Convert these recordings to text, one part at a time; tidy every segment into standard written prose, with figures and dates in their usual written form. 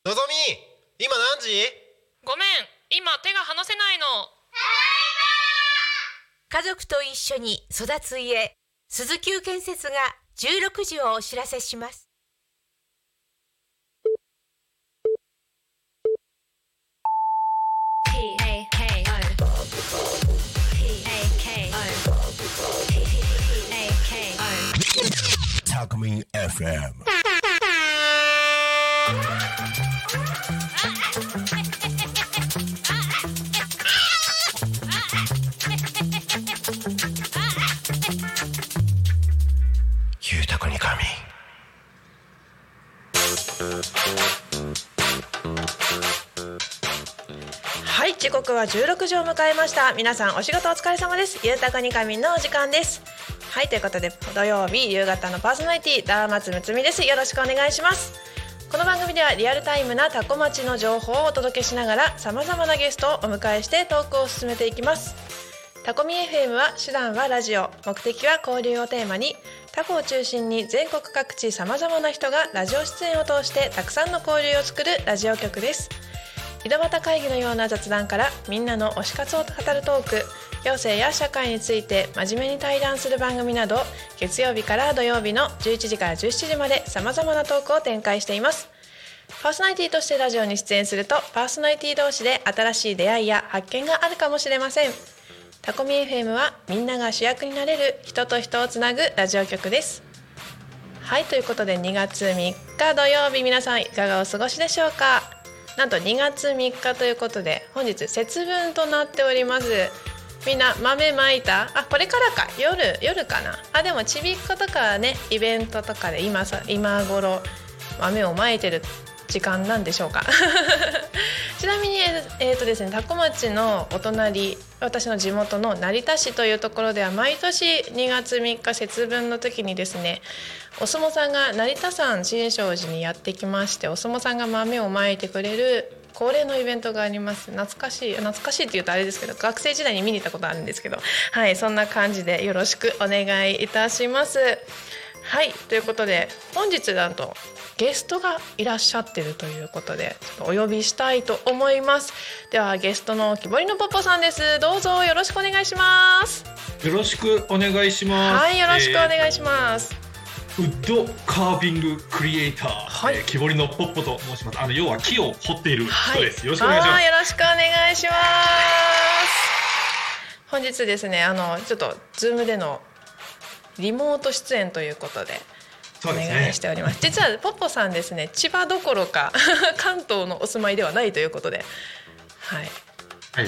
のぞみ、今何時？ ごめん、今手が離せないの。 家族と一緒に育つ家、鈴木建設が16時をお知らせします。 タコミン FM。 ゆうたこにかみ。 はい、時刻は16時を迎えました。皆さんお仕事お疲れ様です。ゆうたこにかみのお時間です。はい、ということで土曜日夕方のパーソナリティダーマツムツミです。よろしくお願いします。この番組ではリアルタイムなタコ町の情報をお届けしながら様々なゲストをお迎えしてトークを進めていきます。タコミ FM は手段はラジオ、目的は交流をテーマにタコを中心に全国各地様々な人がラジオ出演を通してたくさんの交流を作るラジオ局です。井戸端会議のような雑談からみんなの推し活を語るトーク、行政や社会について真面目に対談する番組など、月曜日から土曜日の11時から17時まで様々なトークを展開しています。パーソナリティとしてラジオに出演するとパーソナリティ同士で新しい出会いや発見があるかもしれません。タコミ FM はみんなが主役になれる人と人をつなぐラジオ局です。はい、ということで2月3日土曜日、皆さんいかがお過ごしでしょうか。なんと2月3日ということで本日節分となっております。みんな豆まいた？これからか、夜かな。でもちびっことかね、イベントとかで今頃豆をまいてる時間なんでしょうかちなみにですね、多古町のお隣、私の地元の成田市というところでは毎年2月3日節分の時にですね、お相撲さんが成田山新勝寺にやってきまして、お相撲さんが豆をまいてくれる恒例のイベントがあります。懐かしいって言うとあれですけど、学生時代に見に行ったことあるんですけど、はい、そんな感じでよろしくお願いいたします。はい、ということで本日なんとゲストがいらっしゃっているということで、ちょっとお呼びしたいと思います。ではゲストの木彫りのポッポさんです。どうぞよろしくお願いします。 よろしくお願いします。 はい、よろしくお願いします。 ウッドカービングクリエイター、 はい、 木彫りのポッポと申します。要は木を彫っている人です。よろしくお願いします。 よろしくお願いします。本日ですね、ちょっとズームでのリモート出演ということでお願いしております。実はポッポさんですね、千葉どころか関東のお住まいではないということで、はい、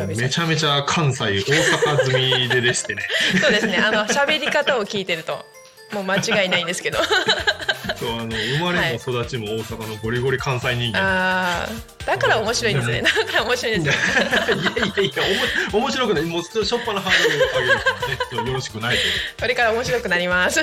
めちゃめちゃ関西大阪済みでしてねそうですね、喋り方を聞いてるともう間違いないんですけどそう生まれも育ちも大阪のゴリゴリ関西人間。 だから面白いんですね。だから面白いんですねいや面白くない。もうしょっぱなハードルを上げるからねよろしくないと。 これから面白くなりますと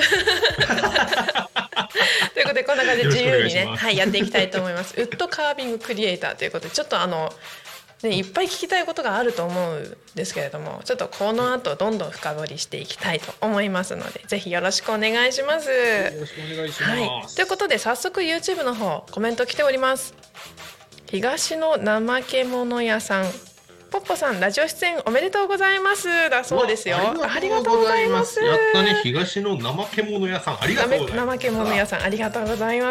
いうことで、こんな感じで自由にね、はい、やっていきたいと思います。ウッドカービングクリエイターということで、ちょっといっぱい聞きたいことがあると思うんですけれども、ちょっとこの後どんどん深掘りしていきたいと思いますので、ぜひよろしくお願いします。よろしくお願いします、 はい、ということで早速 YouTube の方コメント来ております。東の怠け者屋さん、ポッポさんラジオ出演おめでとうございますだそうですよ。ありがとうございます。 やったね、東の怠け者屋さん、ありがとうございます。 怠け者屋さんありがとうございます。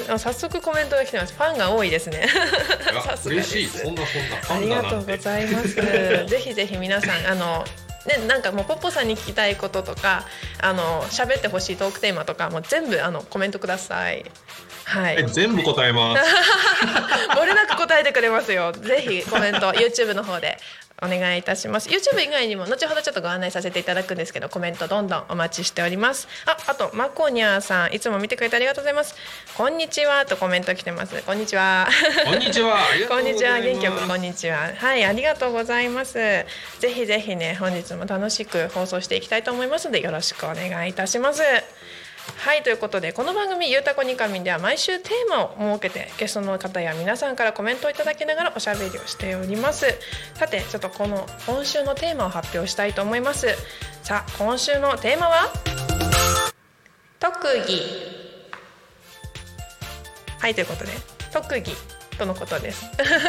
早速コメントが来てます。ファンが多いですねさすがです。 嬉しい。そんなファンだなんて。ありがとうございますぜひぜひ皆さんなんかもうポッポさんに聞きたいこととか喋ってほしいトークテーマとかも全部コメントください。はい、 全部答えます漏れなく答えてくれますよ。ぜひコメントYouTube の方でお願いいたします。 YouTube 以外にも後ほどちょっとご案内させていただくんですけど、コメントどんどんお待ちしております。あとマコニャーさん、いつも見てくれてありがとうございます。こんにちはとコメント来てます。こんにちはこんにちはこんにちは、元気よくこんにちは。はい、ありがとうございます。ぜひぜひね、本日も楽しく放送していきたいと思いますのでよろしくお願いいたします。はい、ということでこの番組ゆうたこにかみんでは毎週テーマを設けてゲストの方や皆さんからコメントをいただきながらおしゃべりをしております。さてちょっと今週のテーマを発表したいと思います。さあ今週のテーマは特技。はい、ということで特技とのことです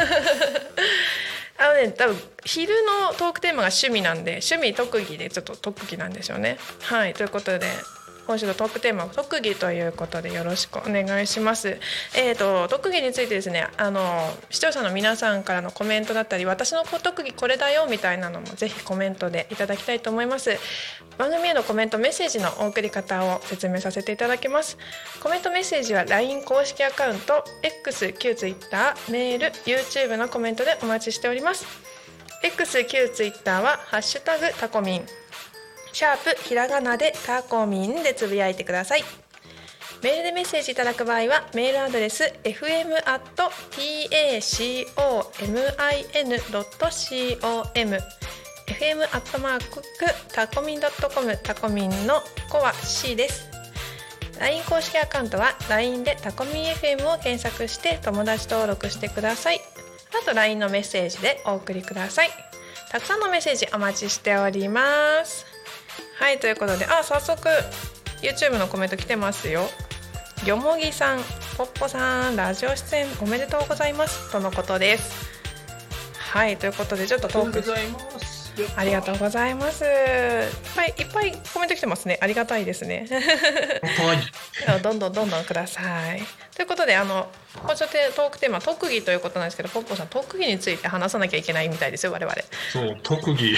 多分昼のトークテーマが趣味なんで、趣味特技でちょっと特技なんでしょうね。はい、ということで今週のトークテーマは特技ということでよろしくお願いします。特技についてですね、視聴者の皆さんからのコメントだったり、私の特技これだよみたいなのもぜひコメントでいただきたいと思います。番組へのコメントメッセージのお送り方を説明させていただきます。コメントメッセージは LINE 公式アカウント X、旧 Twitter、メール、YouTube のコメントでお待ちしております。 X、旧 Twitter はハッシュタグタコミンシャープひらがなでタコミンでつぶやいてください。メールでメッセージいただく場合はメールアドレス fm@tacomin.com fm@tacomin.com タコミンのコは C です。 LINE 公式アカウントは LINE でタコミン FM を検索して友達登録してください。あと LINE のメッセージでお送りください。たくさんのメッセージお待ちしております。はい、ということで早速 YouTube のコメント来てますよ。よもぎさん、ポッポさん、ラジオ出演おめでとうございますとのことです。はい、ということでちょっとトークありがとうございます。いっぱいコメント来てますね。ありがたいですねどんどんください。ということで今週トークテーマ特技ということなんですけど、ポッポさん特技について話さなきゃいけないみたいですよ、我々。 そう特技い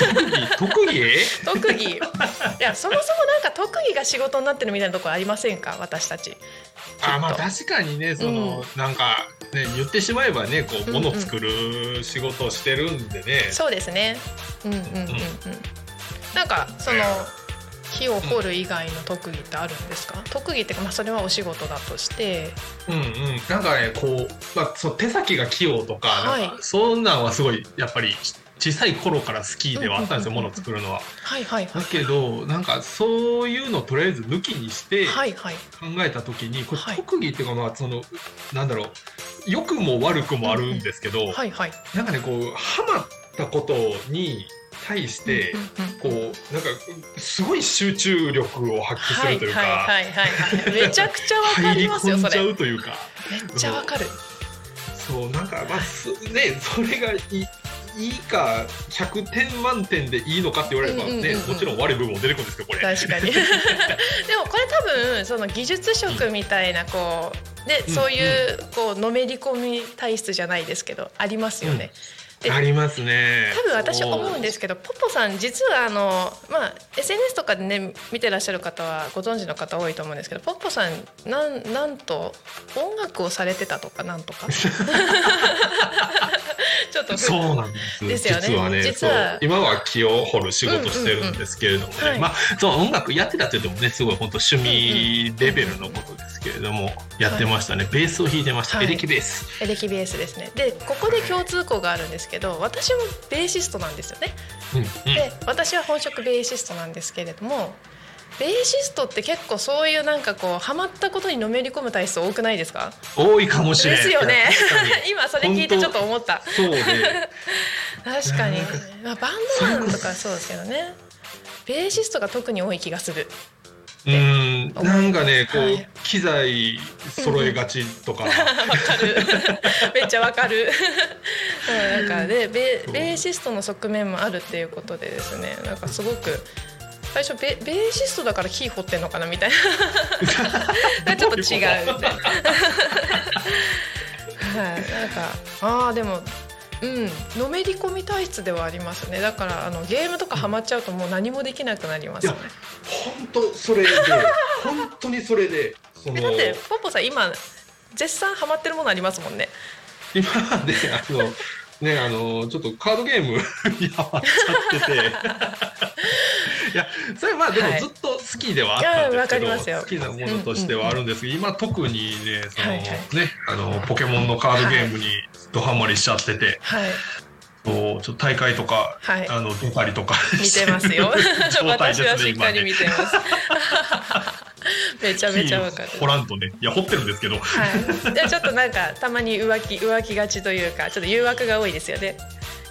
やそもそもなんか特技が仕事になってるみたいなところありませんか、私たち。 まあ確かにね、なんかね、言ってしまえばね、こう物作る仕事をしてるんでね。 そうですね。なんか木を掘る以外の特技ってあるんですか？特技っていうか、それはお仕事だとして、 なんかね、こう、そう手先が器用とか、なんかそんなんはすごいやっぱり小さい頃から好きではあったんですよ、物を作るのは。だけどなんかそういうのをとりあえず抜きにして考えた時に、これ特技っていうか、なんだろう、良くも悪くもあるんですけど、なんかね、こうハマったことに対してこうなんかすごい集中力を発揮するというか、 めちゃくちゃわかりますよ、それ。 入り込んじゃうというか、 めっちゃわかる。 そう、なんかね、それがいいか100点満点でいいのかって言われればね、もちろん悪い部分も出てくるんですけど、これ確かにでもこれ多分その技術職みたいなこうで、そういうこうのめり込み体質じゃないですけどありますよね。 ありますね。 多分私思うんですけど、ポッポさん実はSNS とかでね見てらっしゃる方はご存知の方多いと思うんですけど、ポッポさんなんと音楽をされてたとかなんとかちょっとそうなんですよね。実は今は木を掘る仕事してるんですけれどもね、そう音楽やってたって言ってもね、すごい本当趣味レベルのことですけれども、やってましたね。ベースを弾いてました。エレキベースですね。でここで共通項があるんですけど、私もベーシストなんですよね。で私は本職ベーシストなんですけれども、ベーシストって結構そういうなんかこうハマったことにのめり込む体質多くないですか？ 多いかもしれないですよね今それ聞いてちょっと思った。そうね確かに、バンドマンとかそうですけどね、ベーシストが特に多い気がする。 なんかね、こう機材揃えがちとか、わかるめっちゃわかるなんかね、ベーシストの側面もあるっていうことでですね、なんかすごく最初ベーシストだからキー掘ってんのかなみたいなちょっと違うみたいななんかでものめり込み体質ではありますね。だからゲームとかハマっちゃうともう何もできなくなりますね。 本当それで本当にそれでだってポッポさん今絶賛ハマってるものありますもんね。 今でちょっとカードゲームにハマっちゃってていやそれはでもずっと好きではあったんですけど、好きなものとしてはあるんですけど、今特にねポケモンのカードゲームにドハマりしちゃってて、ちょっと大会とか出たりとか見てますよ私はしっかり見てますめちゃめちゃわかる。 掘らんとね、いや掘ってるんですけど、 でちょっとなんかたまに浮気がちというか、ちょっと誘惑が多いですよね。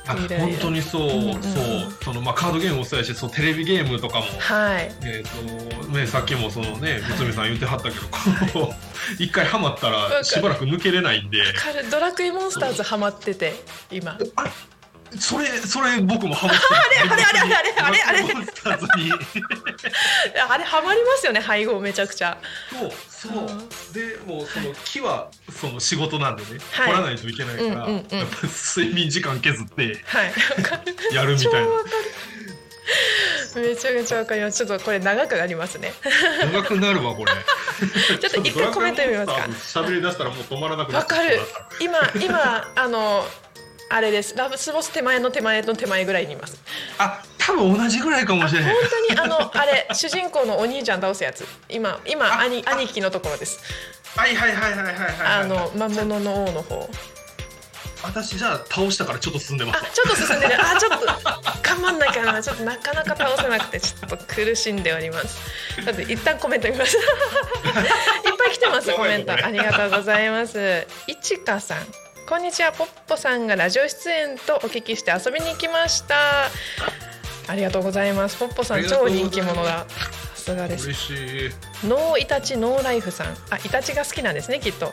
本当にそう、そのカードゲームもそうやし、テレビゲームとかも、さっきもそのね、むつみさん言ってはったけど、一回ハマったらしばらく抜けれないんで。 ドラクエモンスターズハマってて今。 それ僕もハマってあれモンスターズにあれハマりますよね、配合めちゃくちゃ。 そうでもうその木はその仕事なんでね、取らないといけないから、やっぱ睡眠時間削ってやるみたいな。 めちゃめちゃわかります。ちょっとこれ長くなりますね。 長くなるわこれ。 ちょっと一回コメント読みますか。 喋り出したらもう止まらなくなって。 わかる。今あれです。ラスボス手前の手前の手前ぐらいにいます。 多分同じぐらいかもしれない。 本当にあれ主人公のお兄ちゃん倒すやつ。今兄貴のところです。 はい魔物の王の方。 私じゃあ倒したからちょっと進んでます。 ちょっと進んでる。ちょっと頑張んなきゃな。ちょっとなかなか倒せなくてちょっと苦しんでおります。だって一旦コメント見ます。いっぱい来てますコメント。ありがとうございます。いちかさん。こんにちは。ポッポさんがラジオ出演とお聞きして遊びに来ました。ありがとうございます。ポッポさん超人気者だ。さすがです。 嬉しい。 ノーイタチノーライフさん。イタチが好きなんですねきっと。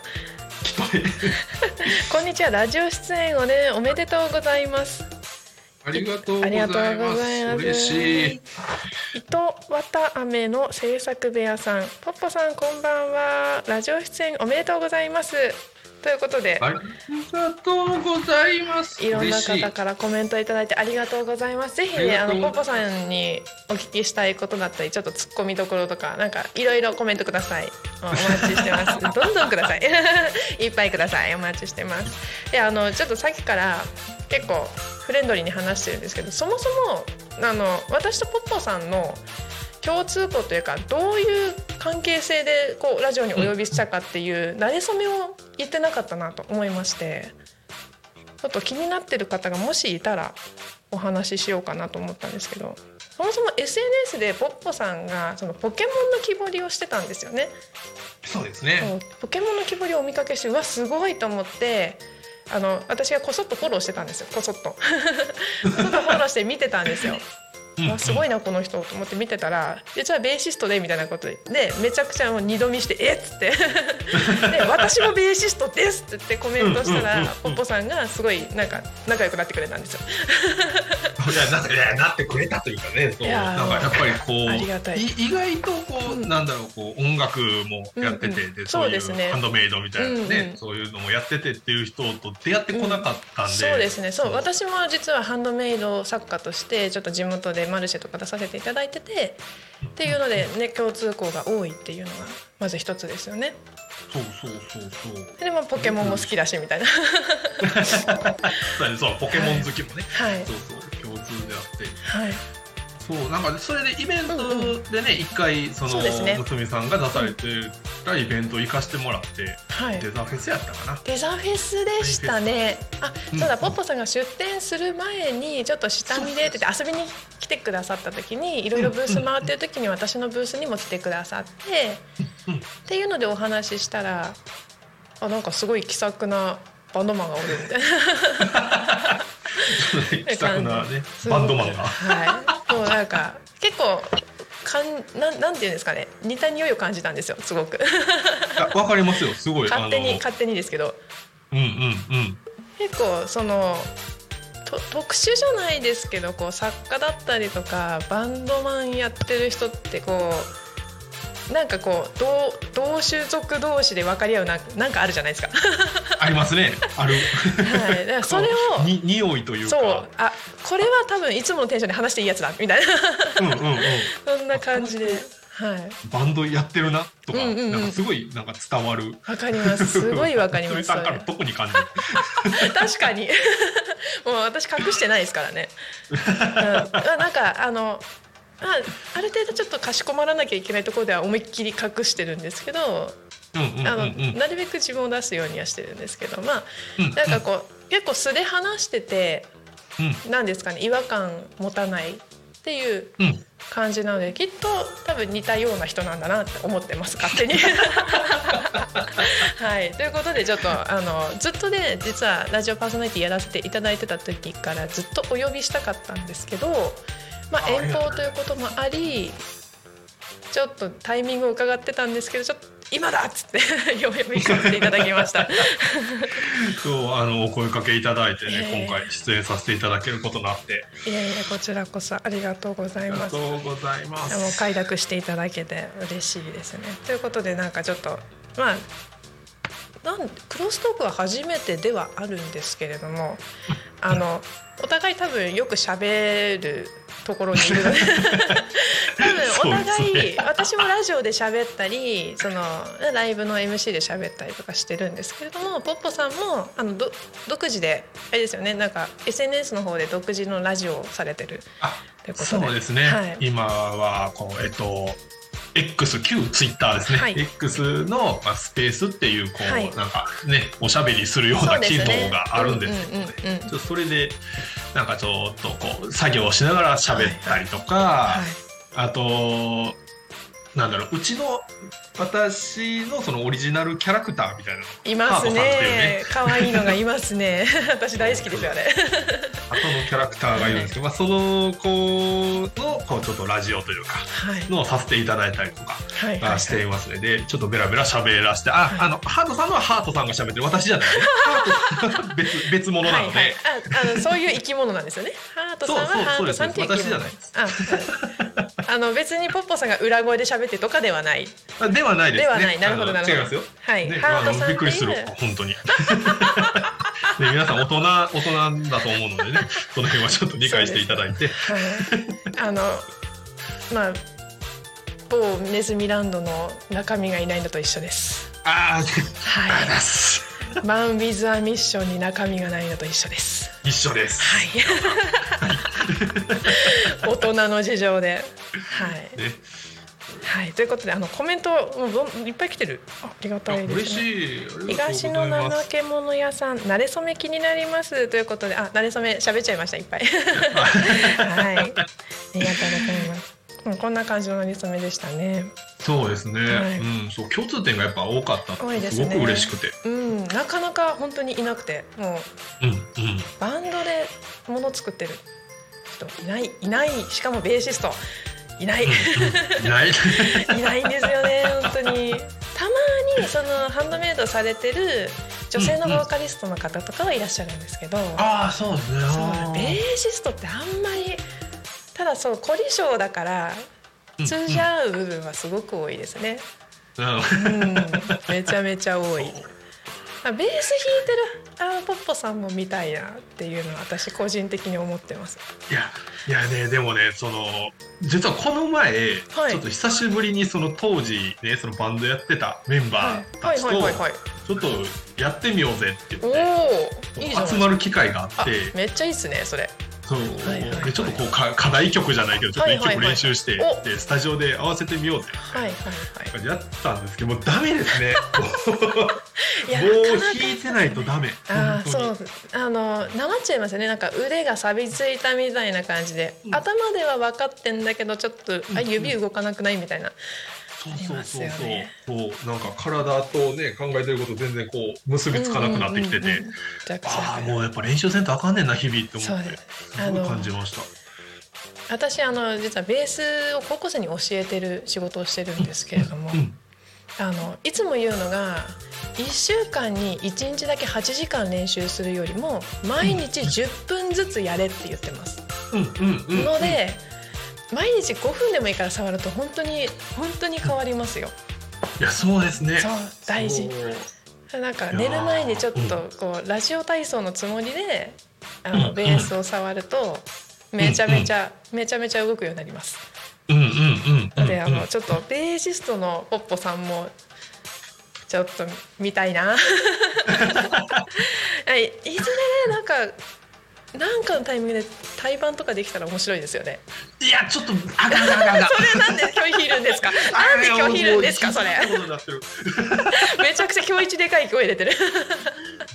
こんにちは。ラジオ出演をねおめでとうございます。 ありがとうございます。嬉しい。 糸綿飴の制作部屋さん。ポッポさんこんばんは。ラジオ出演おめでとうございます。ということで、 ありがとうございます。 いろんな方からコメントいただいてありがとうございます。ぜひねポッポさんにお聞きしたいことだったり、ちょっとツッコミどころとかなんかいろいろコメントください。お待ちしてます。どんどんください。いっぱいください。お待ちしてます。でちょっとさっきから結構フレンドリーに話してるんですけど、そもそも私とポッポさんの共通項というかどういう関係性でこうラジオにお呼びしたかっていう馴れ初めを言ってなかったなと思いまして、ちょっと気になってる方がもしいたらお話ししようかなと思ったんですけど、そもそも SNS でポッポさんがそのポケモンの木彫りをしてたんですよね。 そうですね。 ポケモンの木彫りをお見かけして、すごいと思って私がこそっとフォローしてたんですよ。こそっとフォローして見てたんですよ。すごいなこの人と思って見てたら、実はベーシストでみたいなことでめちゃくちゃもう二度見してっつってで私もベーシストですって言ってコメントしたら、ポッポさんがすごいなんか仲良くなってくれたんですよ。 なってくれたというかね、なんかやっぱりこう意外とこうなんだろう、こう音楽もやってて、でそういうハンドメイドみたいなね、そういうのもやっててっていう人と出会ってこなかったんで。 そうですね。そう私も実はハンドメイド作家としてちょっと地元でマルシェとか出させていただいててっていうのでね、共通項が多いっていうのがまず一つですよね。 そうでもポケモンも好きだしみたいなそうポケモン好きもね、 そう共通であって、そうなんかそれでイベントでね、一回そのむつみさんが出されてたイベント行かしてもらって、デザフェスやったかな。 デザフェスでしたね。そうだ、ポッポさんが出店する前にちょっと下見でって遊びに来てくださった時に、いろいろブース回ってる時に私のブースにも来てくださってっていうのでお話ししたら、なんかすごい気さくなバンドマンがおるみたいな気さくなねバンドマンが、 もうなんか結構なんていうんですかね、似た匂いを感じたんですよ、すごく。 わかりますよ、すごい勝手にですけど、結構その特殊じゃないですけど、こう作家だったりとかバンドマンやってる人ってこうなんかこう同種族同士で分かり合うなんかあるじゃないですか。 ありますね、ある。 だからそれを匂いというか、 そうこれは多分いつものテンションで話していいやつだみたいなそんな感じで、 バンドやってるなとか、なんかすごいなんか伝わる。 わかります、すごいわかります。 さんから特に感じる。 確かにもう私隠してないですからね。なんかある程度ちょっとかしこまらなきゃいけないところでは思いっきり隠してるんですけど、なるべく自分を出すようにはしてるんですけど、なんかこう結構素で話してて、なんですかね、違和感持たないっていう感じなので、きっと多分似たような人なんだなって思ってます、勝手に。はい、ということでちょっとずっとね、実はラジオパーソナリティやらせていただいてた時からずっとお呼びしたかったんですけど、遠方ということもありちょっとタイミングを伺ってたんですけど、ちょっと今だっつってお呼びさせていただきました。 そうお声かけいただいてね、今回出演させていただけることになって、 いやいやこちらこそありがとうございます。 ありがとうございます。 もう快諾していただけて嬉しいですね。ということでなんかちょっとクロストークは初めてではあるんですけれども、お互い多分よく喋るところにいるので多分お互い、私もラジオで喋ったりライブの MC で喋ったりとかしてるんですけれども、ポッポさんも独自であれですよね、なんか SNS の方で独自のラジオをされてるということで。 そうですね、はい、今はX 旧ツイッターですね、はい、X の、スペースっていうはい、なんかねおしゃべりするような機能があるんですけどね、それでなんかちょっと作業をしながら喋ったりとか、はいはい、あとなんだろう、私のそのオリジナルキャラクターみたいなのいますね。可愛いのがいますね。私大好きですよね。 あとのキャラクターがいるんですけど、その子のちょっとラジオというかのをさせていただいたりとかしていますね。でちょっとベラベラ喋らせて、ハートさんはハートさんが喋ってる、私じゃないね。ハート別物なので、はいはい、そういう生き物なんですよね。ハートさんはハートさんっていう生き物。私じゃないです。別にポッポさんが裏声で喋ってとかではない。 ではないですね。 ではない。なるほどなるほど。 違いますよ。 はい。 ね、 ハートさんびっくりする本当に。皆さん大人だと思うのでね、その辺はちょっと理解していただいて。 某ネズミランドの中身がいないのと一緒です。 はい。 マン・ウィズ・ア・ミッションに中身がないのと一緒です。 一緒です。 はい。大人の事情で。はい。 ね、 はい、ということでコメントいっぱい来てる。ありがたいですね。 嬉しい。 東の怠け者屋さん、慣れ初め気になりますということで、慣れ初め喋っちゃいました、いっぱい。はい。ありがとうございます。こんな感じの慣れ初めでしたね。 そうですね。そう共通点がやっぱ多かったってすごく嬉しくて。 なかなか本当にいなくて、もうバンドで物作ってる人いない、しかもベーシスト。いないいないんですよね、本当に。たまにハンドメイドされてる女性のボーカリストの方とかはいらっしゃるんですけど、 そうですね。 ベーシストってあんまり、ただ凝り性だから通じ合う部分はすごく多いですね。めちゃめちゃ多い。ベース弾いてるポッポさんも見たいなっていうのは私個人的に思ってます。 いやね、でもね、実はこの前、ちょっと久しぶりに当時ね、バンドやってたメンバーたちとちょっとやってみようぜって言って集まる機会があって、 めっちゃいいっすねそれ。 でちょっと課題曲じじゃないけどちょっと1曲練習してでスタジオで合わせてみようってやったんですけど、もうダメですね。棒を弾いてないとダメ。 そうなまっちゃいますよね。なんか腕が錆びついたみたいな感じで、頭では分かってんだけどちょっと指動かなくないみたいな。 そうなんか体とね考えてること全然結びつかなくなってきてて、もうやっぱ練習せんとあかんねんな日々って思ってすごい感じました。 私実はベースを高校生に教えてる仕事をしてるんですけれども、いつも言うのが1週間に1日だけ8時間練習するよりも毎日10分ずつやれって言ってます。ので毎日5分でもいいから触ると本当に変わりますよ。 いやそうですね。 そう大事。なんか寝る前にちょっとラジオ体操のつもりでベースを触るとめちゃめちゃ動くようになります。でちょっとベーシストのポッポさんもちょっと見たいな。いずれねなんかのタイミングで対バンとかできたら面白いですよね。 いやちょっとそれなんで拒否いるんですか。なんで拒否いるんですかそれ。めちゃくちゃ今日一でかい声出てる。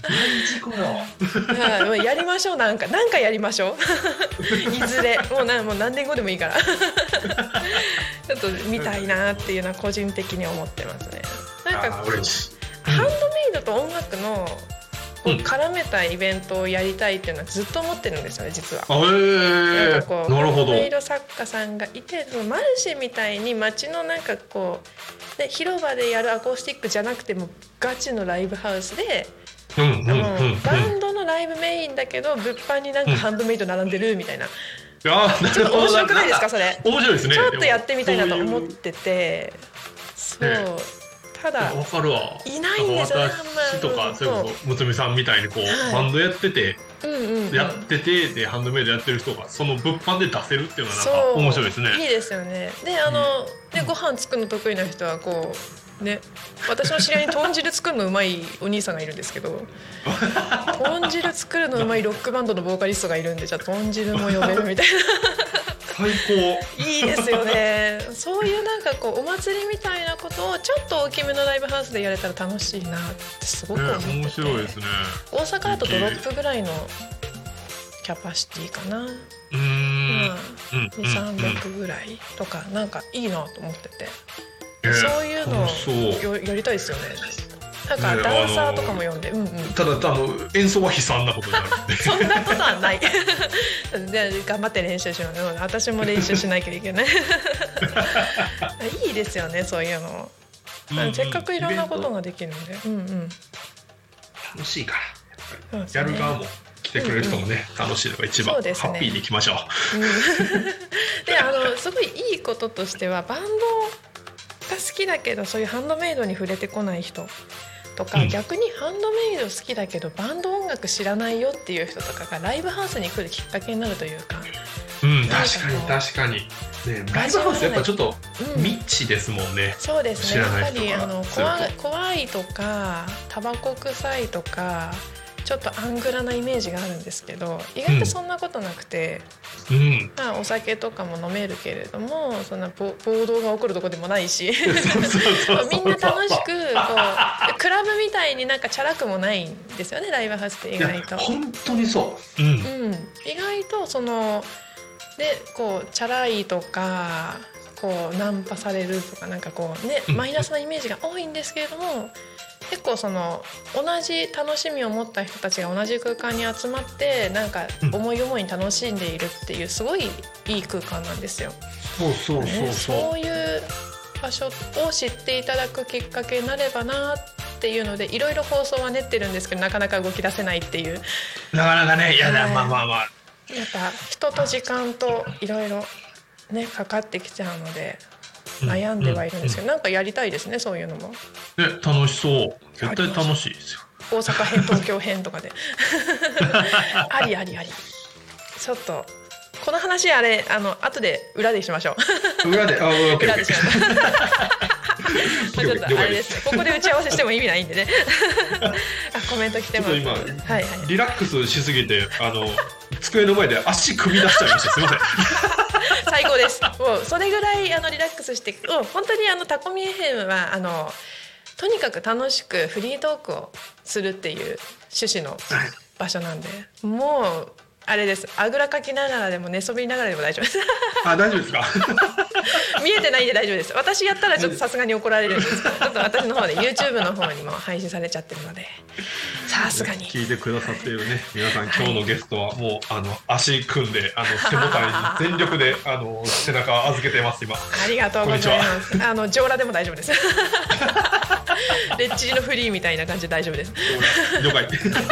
もうやりましょう、なんかやりましょういずれもう何年後でもいいからちょっと見たいなっていうのは個人的に思ってますね。なんかハンドメイドと音楽の絡めたイベントをやりたいっていうのはずっと思ってるんですよね、実は。なんかこうなるほど。 ハンドメイド作家さんがいて、そのマルシェみたいに街のなんかこうで広場でやるアコースティックじゃなくてもガチのライブハウスで、バンドのライブメインだけど物販になんかハンドメイド並んでるみたいな、ちょっと面白くないですかそれ。 面白いですね。 ちょっとやってみたいなと思ってて、そうただわかるわ。 いないんですよね。 私とかそれこそむつみさんみたいにこう、バンドやってて、でハンドメイドやってる人がその物販で出せるっていうのはなんか面白いですね。いいですよね。ででご飯作るの得意な人はこうね、私の知り合いに豚汁作るのうまいお兄さんがいるんですけど豚汁作るのうまいロックバンドのボーカリストがいるんで、じゃあ豚汁も呼べるみたいな最高。 いいですよね。そういうなんかこうお祭りみたいなことをちょっと大きめのライブハウスでやれたら楽しいなってすごく思ってて、 面白いですね。 大阪だとドロップぐらいのキャパシティかな、200-300ぐらいとか、なんかいいなと思ってて、そういうのをやりたいですよね。なんかダンサーとかも呼んで、 ただ演奏は悲惨なことになるんでそんなことはないで頑張って練習しよう。私も練習しなきゃいけないいいですよね、そういうの。せっかくいろんなことができるんで、 楽しいからやっぱりやる側も来てくれる人もね、楽しいのが一番ハッピーにいきましょう。 ですごいいいこととしては、バンドが好きだけどそういうハンドメイドに触れてこない人とか、逆にハンドメイド好きだけどバンド音楽知らないよっていう人とかがライブハウスに来るきっかけになるというか、 確かに、ね、ライブハウスやっぱちょっと未知ですもんね。 そうですね、やっぱり怖いとかタバコ臭いとかちょっとアングラなイメージがあるんですけど、意外とそんなことなくて、お酒とかも飲めるけれども、そんな暴動が起こるとこでもないしみんな楽しくこうクラブみたいになんかチャラくもないんですよね、ライブハウスって意外と。 本当にそう、 意外とそのでこうチャラいとかこうナンパされるとか、なんかこうね、マイナスなイメージが多いんですけれども、結構その同じ楽しみを持った人たちが同じ空間に集まってなんか思い思いに楽しんでいるっていうすごいいい空間なんですよ。そういう場所を知っていただくきっかけになればなっていうので、いろいろ放送は練ってるんですけど、なかなか動き出せないっていう。 なかなかね、いやまあやっぱ人と時間といろいろねかかってきちゃうので悩んではいるんですけど、なんかやりたいですね、そういうのも。 楽しそう。絶対楽しいですよ。 大阪編東京編とかでありちょっとこの話後で裏でしましょう裏で裏でしましょうちょっとあれですね、ここで打ち合わせしても意味ないんでねコメント来てます。 今、リラックスしすぎて机の前で足組み出しちゃいました。すいません最高です。もうそれぐらいリラックスして、本当にタコミ FM はとにかく楽しくフリートークをするっていう趣旨の場所なんで、もうあれです。あぐらかきながらでも寝そべりながらでも大丈夫です。 大丈夫ですか見えてないんで大丈夫です。私やったらちょっとさすがに怒られるんですけど、ちょっと私の方で YouTube の方にも配信されちゃってるので、さすがに聞いてくださっているね皆さん、今日のゲストはもう足組んで背もたれに全力で背中を預けてます今。 ありがとうございます。上裸でも大丈夫ですレッチリのフリーみたいな感じで大丈夫です。 了解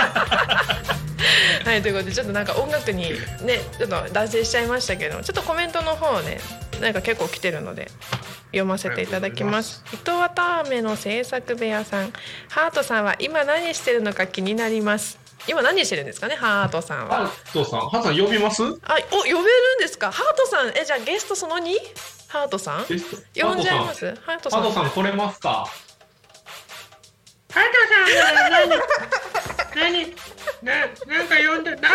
はい、ということでちょっとなんか音楽にねちょっと脱線しちゃいましたけど、ちょっとコメントの方ねなんか結構来てるので読ませていただきます。伊藤綿あめの制作部屋さん、ハートさんは今何してるのか気になります。今何してるんですかね、ハートさんは。 ハートさん呼びます？ 呼べるんですか。ハートさんじゃあゲストその 2？ ハートさん呼んじゃいます。ハートさん来れますか。 ハートさんはなんか呼んで、なんなの？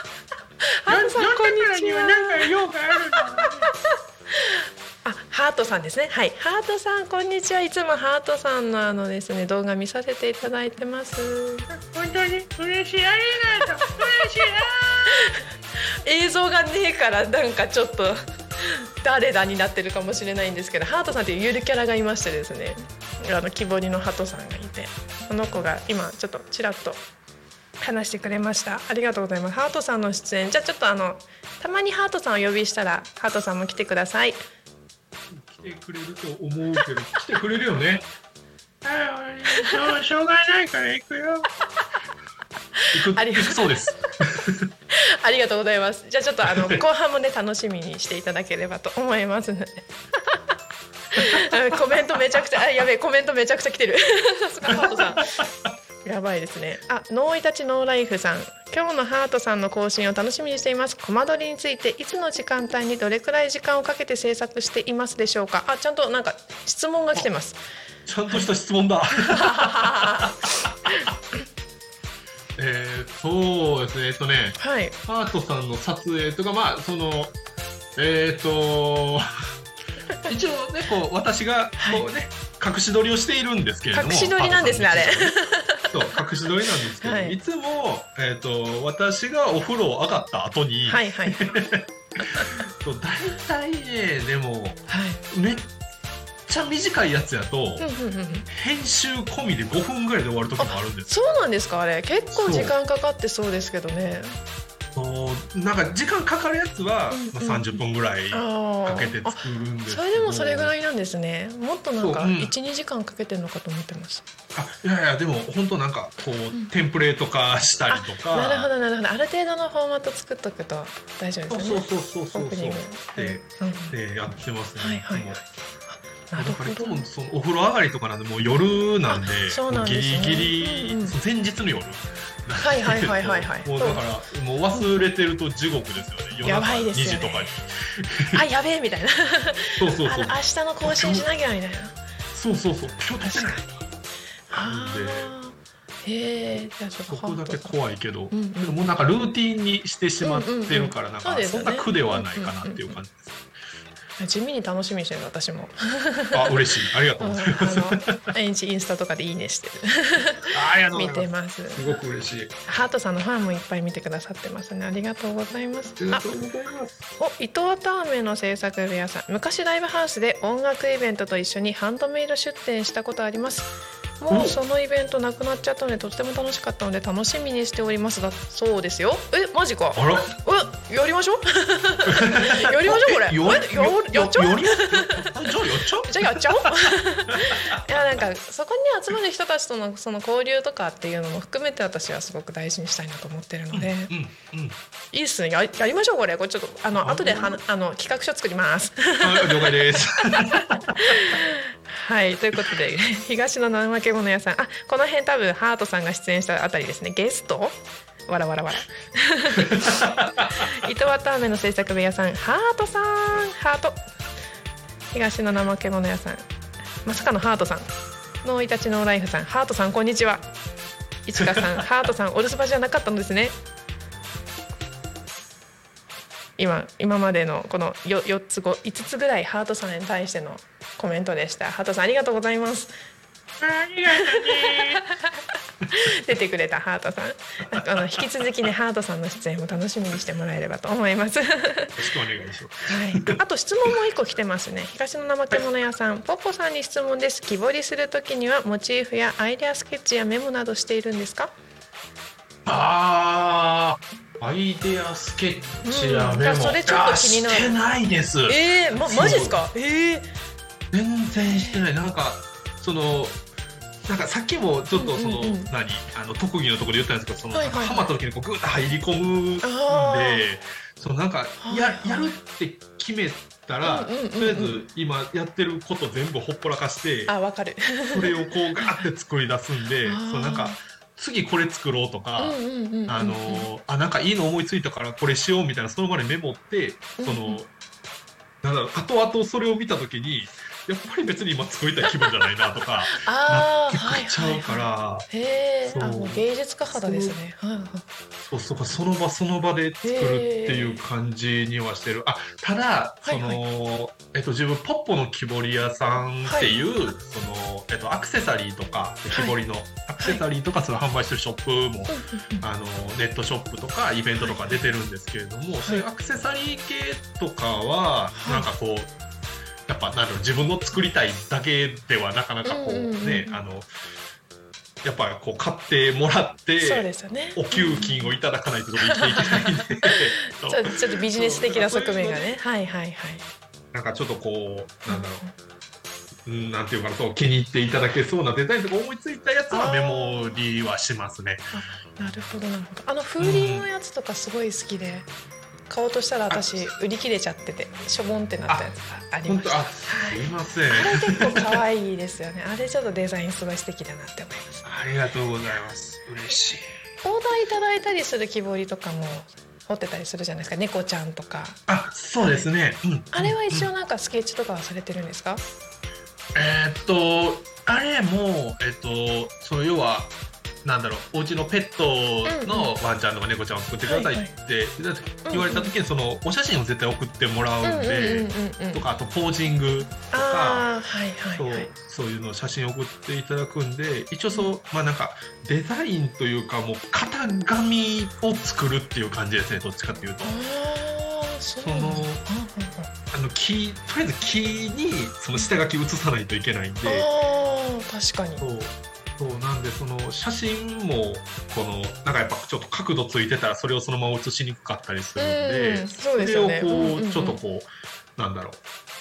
ハートさんこんにちは。 なんか用があるの？ ハートささんですね。はい、ハートさんこんにちは。いつもハートさんのですね動画見させていただいてます。 本当に嬉しい、ありがとう、嬉しい。 映像がねえからなんかちょっと誰だになってるかもしれないんですけど、ハートさんというゆるキャラがいましてですね、木彫りのハトさんがいて、その子が今ちょっとちらっと話してくれました。ありがとうございます。ハートさんの出演、じゃあちょっとたまにハートさんをお呼びしたらハートさんも来てください。 来てくれると思うけど来てくれるよね。 しょうがないから行くよ。 行くそうです。 ありがとうございます。じゃあちょっと後半もね楽しみにしていただければと思いますので。コメントめちゃくちゃやべえ、コメントめちゃくちゃ来てる。さすがハートさん。やばいですね。ノーイタチノーライフさん、今日のハートさんの更新を楽しみにしています。コマ撮りについていつの時間帯にどれくらい時間をかけて制作していますでしょうか。ちゃんとなんか質問が来てます。 ちゃんとした質問だ。そうですね。はい、ハートさんの撮影とか一応ねこう私がこうね、隠し撮りをしているんですけれども、 隠し撮りなんですねあれ。 そう隠し撮りなんですけど、いつも私がお風呂上がった後に、大体ねでも、めっちゃ短いやつやと編集込みで5分ぐらいで終わる時もあるんです。 そうなんですか。あれ結構時間かかってそうですけどね。 なんか時間かかるやつは30分ぐらいかけて作るんですけど、 それでもそれぐらいなんですね。もっとなんか 1,2 時間かけてるのかと思ってます。 いやでも本当なんかこうテンプレート化したりとか、 なるほどなるほど、ある程度のフォーマット作っとくと大丈夫ですよね。 そうでやってますね。だからいつもそのお風呂上がりとかなんでもう夜なんで、ギリギリ前日の夜。 はいもうだからもう忘れてると地獄ですよね。夜中2時とかに。 やべえみたいな。 そう。 明日の更新しなきゃみたいな。 そう。 確かに。 そこだけ怖いけど、もうなんかルーティンにしてしまってるからなんかそんな苦ではないかなっていう感じです。 地味に楽しみにしてる私も。 嬉しい、ありがとうございます。 毎日インスタとかでいいねしてる。見てます。 すごく嬉しい。 ハートさんのファンもいっぱい見てくださってますね。ありがとうございます。伊藤ターメの制作部屋さん、昔ライブハウスで音楽イベントと一緒にハンドメイド出展したことあります。もうそのイベントなくなっちゃったのでとっても楽しかったので楽しみにしておりますが、そうですよ。マジか。やりましょう。やりましょうこれ。やっちゃおう。じゃあやっちゃおう。いやなんかそこに集まる人たちとのその交流とかっていうのも含めて私はすごく大事にしたいなと思ってるので、いいっすね。やりましょうこれ。これちょっと後で企画書作ります。 了解です。 はい、ということで東の怠け者屋さん、この辺多分ハートさんが出演したあたりですね。ゲストわら伊藤綿あめの制作部屋さん、ハートさん、ハート。東の怠け者屋さん、まさかのハートさん。ノーイタチノーライフさん、ハートさんこんにちは。いちかさん、ハートさんお留守番じゃなかったのですね。今までのこの5つぐらいハートさんに対してのコメントでした。ハートさんありがとうございます。 ありがとうね。 出てくれたハートさん、引き続きねハートさんの出演も楽しみにしてもらえればと思います。よろしくお願いします。 あと質問も1個来てますね。東の怠け者屋さん、ポッポさんに質問です。木彫りするときにはモチーフやアイデアスケッチやメモなどしているんですか？ アイデアスケッチやメモ、 それちょっと気になる。 してないです。 マジですか？ 全然してない。なんかなんかさっきもちょっと特技のところで言ったんですけど、ハマった時にこうグーッと入り込むんで、なんかやるって決めたら、とりあえず今やってること全部ほっぽらかして、 わかる。 それをこうガーって作り出すんで、なんか次これ作ろうとか、なんかいいの思いついたからこれしようみたいな、その場でメモって、後々それを見た時にやっぱり別に今作りたい気分じゃないなとかなってくっちゃうから、 もう芸術家肌ですね。 そうその場その場で作るっていう感じにはしてる。ただその、自分ポッポの木彫り屋さんっていう、そのアクセサリーとか木彫りのアクセサリーとかその販売してるショップも、ネットショップとかイベントとか出てるんですけれども、そういうアクセサリー系とかはなんかこうやっぱ自分の作りたいだけではなかなかこうね、やっぱこう買ってもらって、 そうですよね、 お給金をいただかないと生きていけないんでちょっとビジネス的な側面がね、はいはいはい、 なんかちょっとこうなんだろう、なんていうかな、気に入っていただけそうなデザインとか思いついたやつはメモリはしますね。 なるほどなるほど。風鈴のやつとかすごい好きで、買おうとしたら私売り切れちゃっててしょぼんってなったやつがありました。 すいません。 あれ結構可愛いですよね。あれちょっとデザインすごい素敵だなって思います。 ありがとうございます。嬉しい。 オーダーいただいたりする木彫りとかも彫ってたりするじゃないですか。猫ちゃんとか。 そうですね。 あれは一応なんかスケッチとかはされてるんですか？ あれもその要はなんだろう、お家のペットのワンちゃんとか猫ちゃんを作ってくださいって言われた時に、そのお写真を絶対送ってもらうんで、とかあとポージングとかそういうの写真を送っていただくんで、一応なんかデザインというかもう型紙を作るっていう感じですね、どっちかっていうと。とりあえず木にその下書き写さないといけないんで。 確かに。 そうなんで、その写真もなんかやっぱちょっと角度ついてたらそれをそのまま写しにくかったりするんで、それをこうちょっとこうなんだろう、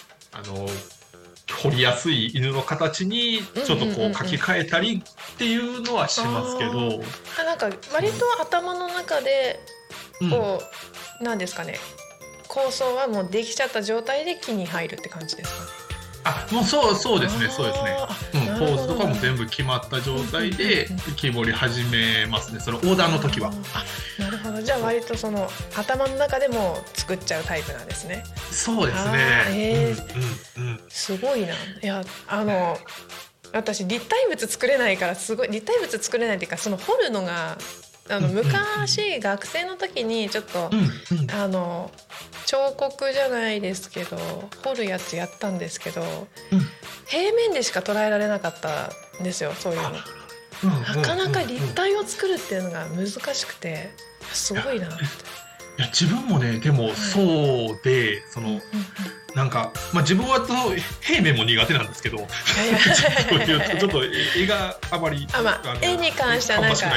彫りやすい犬の形にちょっとこう書き換えたりっていうのはしますけど、 なんか割と頭の中でこう、なんですかね、構想はもうできちゃった状態で木に入るって感じですかね。 もうそうですね、そうですね。ポーズとかも全部決まった状態で木彫り始めますね、そのオーダーの時は。 なるほど。じゃあ割とその頭の中でも作っちゃうタイプなんですね。 そうですね。 すごいな。いや私立体物作れないから、すごい立体物作れないっていうか、その彫るのが昔学生の時にちょっと彫刻じゃないですけど彫るやつやったんですけど、平面でしか捉えられなかったんですよ、そういうの。なかなか立体を作るっていうのが難しくて、すごいなって。 いや自分もね、でもそうで、なんか、自分は平面も苦手なんですけど、ちょっと絵があまり絵に関してはなんか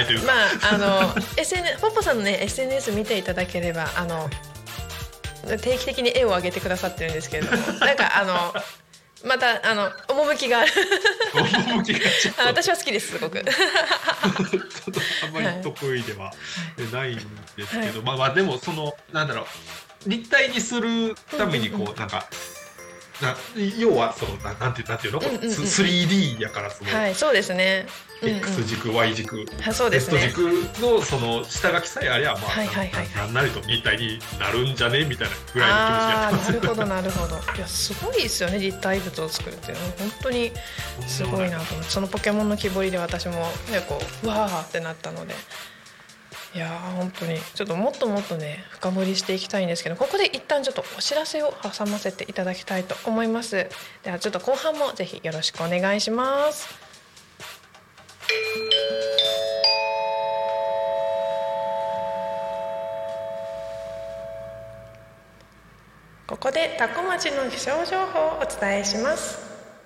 SNS ポッポさんのね SNS 見ていただければ定期的に絵を上げてくださってるんですけれども、なんかまた趣がある私は好きです、すごくちょっとあんまり得意ではないんですけど、でもなんだろう、立体にするためにこうなんか要はなんていうの、3D やから、 そうですね、 X 軸 Y 軸 Z 軸のその下書きさえあればなんなりと立体になるんじゃねみたいなぐらいの気持ちでやってます。 なるほどなるほど。いやすごいですよね、立体物を作るっていうのは本当にすごいなと思って、そのポケモンの木彫りで私も結構うわーってなったので、いや本当にちょっともっともっとね深掘りしていきたいんですけど、ここで一旦ちょっとお知らせを挟ませていただきたいと思います。ではちょっと後半もぜひよろしくお願いします。ここで多古町の気象情報をお伝えします。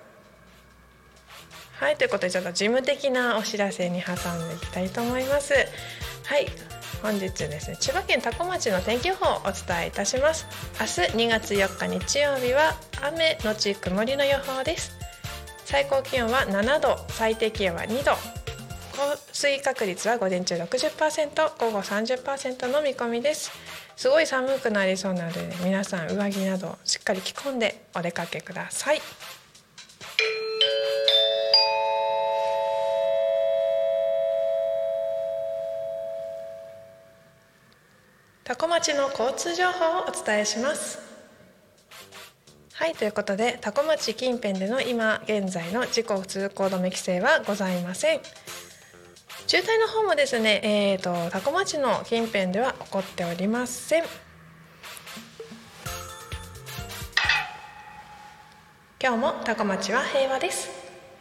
はい、ということでちょっと事務的なお知らせに挟んでいきたいと思います。はい、本日ですね、千葉県多古町の天気予報をお伝えいたします。明日2月4日日曜日は雨のち曇りの予報です。最高気温は7度、最低気温は2度、降水確率は午前中 60%、午後 30% の見込みです。すごい寒くなりそうなので、皆さん上着などしっかり着込んでお出かけください。多古町の交通情報をお伝えします。はい、ということで多古町近辺での今現在の事故通行止め規制はございません。 渋滞の方もですね、多古町の近辺では起こっておりません。今日も多古町は平和です。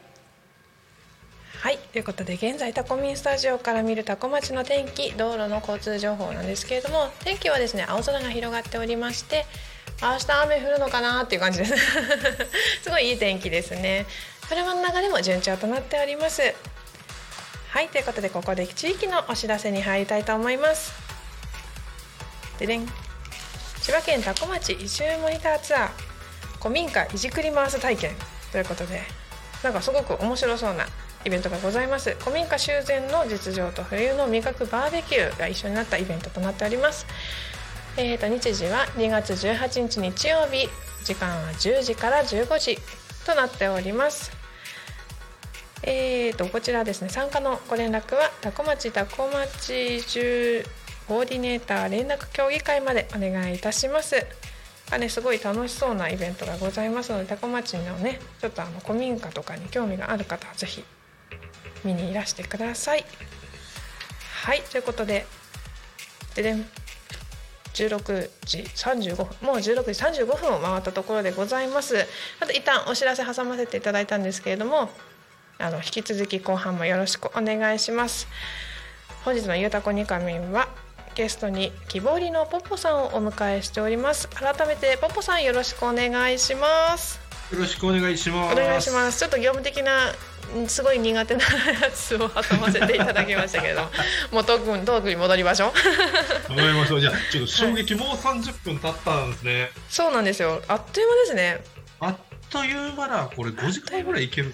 はい、ということで現在タコミンスタジオから見る多古町の天気、道路の交通情報なんですけれども、天気はですね、青空が広がっておりまして、明日雨降るのかなっていう感じですすごいいい天気ですね。車の流れも順調となっております。はい、ということでここで地域のお知らせに入りたいと思います。ででん、千葉県多古町移住モニターツアー古民家いじくり回す体験ということで、なんかすごく面白そうなイベントがございます。古民家修繕の実情と冬の味覚バーベキューが一緒になったイベントとなっております。日時は2月18日日曜日、時間は10時から15時となっております。こちらですね、参加のご連絡は多古町移住コーディネーター連絡協議会までお願いいたします。すごい楽しそうなイベントがございますので、多古町のね、ちょっと古民家とかに興味がある方はぜひ見にいらしてください。はい、ということで16時35分、もう16時35分を回ったところでございます。あと一旦お知らせ挟ませていただいたんですけれども、引き続き後半もよろしくお願いします。本日のゆうたこにかみんはゲストに木彫りのポッポさんをお迎えしております。改めてポッポさんよろしくお願いします。 よろしくお願いします。 お願いします。ちょっと業務的なすごい苦手なやつを挟ませていただきましたけれどもうトークに戻りましょう戻りましょう。じゃあちょっと衝撃、もう30分経ったんですね。 そうなんですよ、あっという間ですね。 あっという間だ。これ5時間ぐらいいける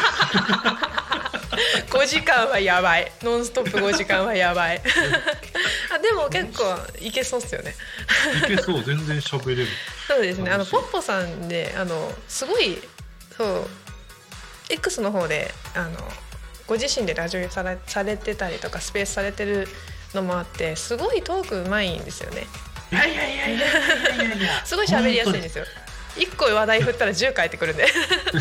5時間はやばい。ノンストップ5時間はやばいでも結構いけそうっすよねいけそう、全然喋れる。 そうですね、ポッポさんですごい、そう X の方でご自身でラジオされてたりとかスペースされてるのもあって、すごいトークうまいんですよね。 いやすごい喋りやすいんですよ。1個話題振ったら10返ってくるんで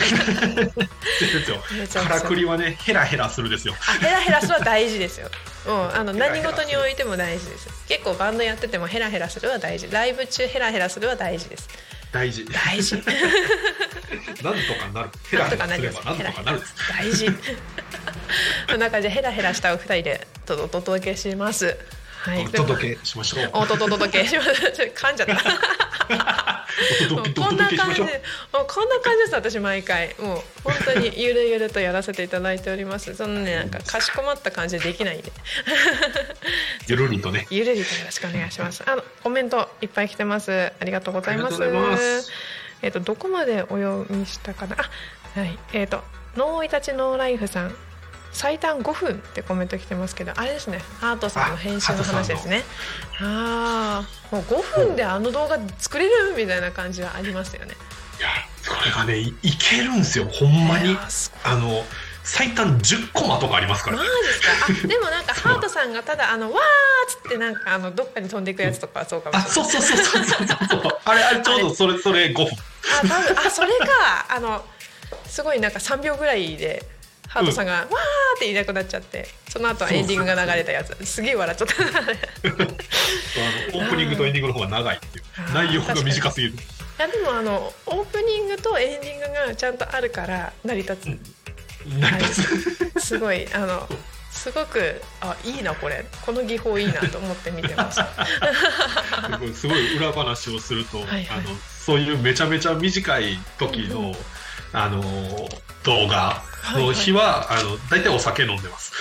からくりはね、ヘラヘラするですよ。 ヘラヘラするは大事ですよ。もう何事においても大事です。結構バンドやっててもヘラヘラするは大事、ライブ中ヘラヘラするは大事です。 大事なんとかなる。ヘラヘラすればなんとかなる。 大事の中でヘラヘラしたお二人でお届けします。はい、 お届けしましょう。 お届けしましょう。噛んじゃったこんな感じです。私毎回もう本当にゆるゆるとやらせていただいております。そのね、なんかかしこまった感じでできないんでゆるりとね、 ゆるりとよろしくお願いします。コメントいっぱい来てます。ありがとうございます。どこまでお読みしたかな。はい、ノーイタチノーライフさん、最短5分ってコメント来てますけど、あれですね、ハートさんの編集の話ですね。もう5分で動画作れるみたいな感じはありますよね。 いや、これがね、いけるんですよ、ほんまに。最短10コマとかありますから、ね。 マジですか。でもなんかハートさんがただわーっつってなんかどっかに飛んでいくやつとかそうかもしれない。 そうあれちょうどそれ5分。 それかすごいなんか3秒ぐらいでハートさんがわーっていなくなっちゃって、その後はエンディングが流れたやつ、すげえ笑っちゃったオープニングとエンディングの方が長いっていう、内容が短すぎる。いやでもオープニングとエンディングがちゃんとあるから成り立つ、すごいすごくいいな、この技法いいなと思って見てましたすごい裏話をすると、そういうめちゃめちゃ短い時の、動画の日は、だいたいお酒飲んでます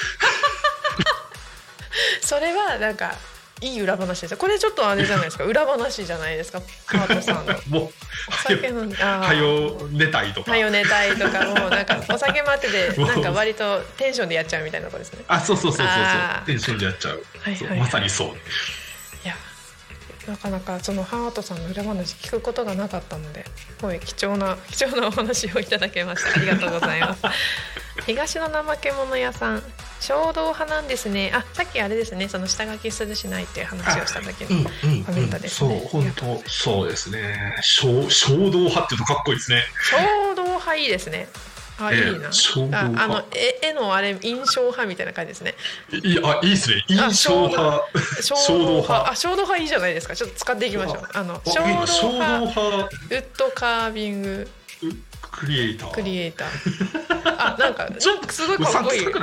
それはなんかいい裏話です。これちょっとあれじゃないですか裏話じゃないですか、ハートさんの。 もうお酒飲んではよ寝たいとかもうなんかお酒待っててなんか割とテンションでやっちゃうみたいなところですね。 そうテンションでやっちゃう、まさにそう。いや、なかなかそのハートさんの裏話聞くことがなかったので、すごい貴重なお話をいただけました。ありがとうございます東の怠け者屋さん、衝動派なんですね。さっきあれですね、その下書きするしないっていう話をした時のコメントですね。 本当そうですね。衝動派っていうとかっこいいですね。 衝動派いいですね。 あ、いいな。 衝動派。 絵のあれ印象派みたいな感じですね。 いいですね。印象派。 衝動派。衝動派いいじゃないですか。ちょっと使っていきましょう。衝動派。ウッドカービング。 クリエイター。 あ、なんかすごいかっこいい。う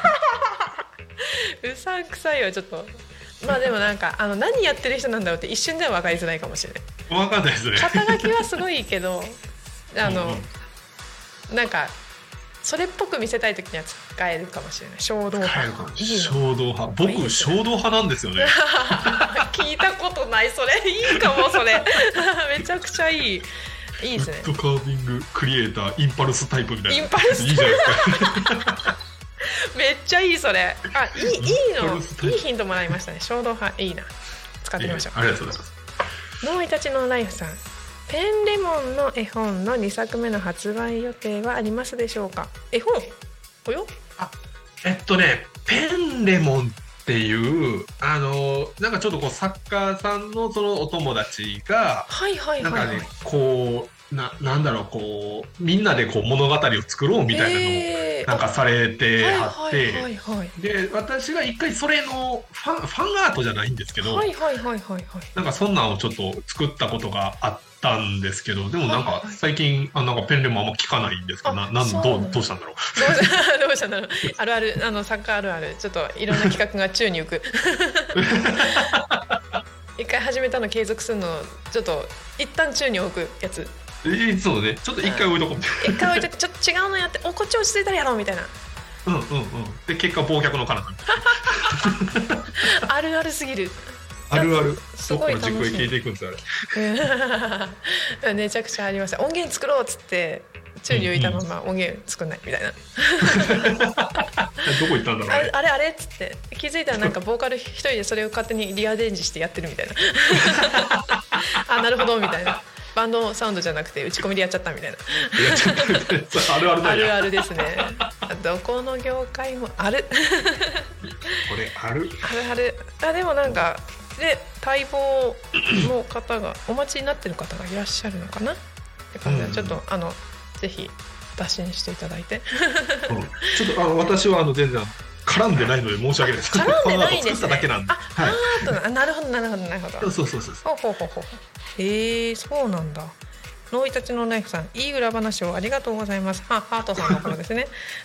さんくさいはちょっと。まあでもなんか何やってる人なんだろうって一瞬では分かりづらいかもしれない。 分かんないですね。 肩書きはすごいけどなんかそれっぽく見せたい時には使えるかもしれない。衝動派。 衝動派。僕衝動派なんですよね。 聞いたことない。それいいかも。それめちゃくちゃいい。いいですね。 ウッドカービングクリエイターインパルスタイプみたいな。 インパルスタイプいいじゃないですか。 めっちゃいい。それいいヒントもらいましたね。衝動派いいな。使ってみましょう。 ありがとうございます。 ノーイタチのライフさん、ペンレモンの絵本の2作目の発売予定はありますでしょうか。絵本およ。 ペンレモンっていうなんかちょっとこう作家さんのそのお友達がなんかねこうなんだろうこうみんなでこう物語を作ろうみたいなのをなんかされてはって、で私が一回それのファンアートじゃないんですけど、なんかそんなんをちょっと作ったことがあったんですけど、でもなんか最近なんかペンレモンあんま聞かないんですけど、どうしたんだろう。 どうしたんだろう。あるある作家あるある。ちょっといろんな企画が宙に浮く。一回始めたの継続するのちょっと一旦宙に置くやつ。 そうね。ちょっと一回置いとこう。 一回置いといてちょっと違うのやって、こっち落ち着いたらやろうみたいな。 で結果忘却の彼方。 あるあるすぎる。 あるある。 すごい楽しい。 実行聞いていくんですよあれ。めちゃくちゃありました。音源作ろうっつって宙に浮いたまま音源作んないみたいな。 どこ行ったんだろう。 あれっつって気づいたらなんかボーカル一人でそれを勝手にリアレンジしてやってるみたいな。あ、なるほどみたいな。バンドサウンドじゃなくて打ち込みでやっちゃったみたいな。 あるあるだよ。 あるあるですね。どこの業界もある。 これある。 ある。でもなんかで待望の方がお待ちになってる方がいらっしゃるのかなって感じで、ちょっとぜひ打診していただいて。 ちょっと私は全然絡んでないので申し訳ないです。 絡んでないんですね。 作っただけなんで。 なるほど。 そう。 ほう。そうなんだ。ノーイタチのナイフさん、いい裏話をありがとうございます。ハートさんの頃ですね。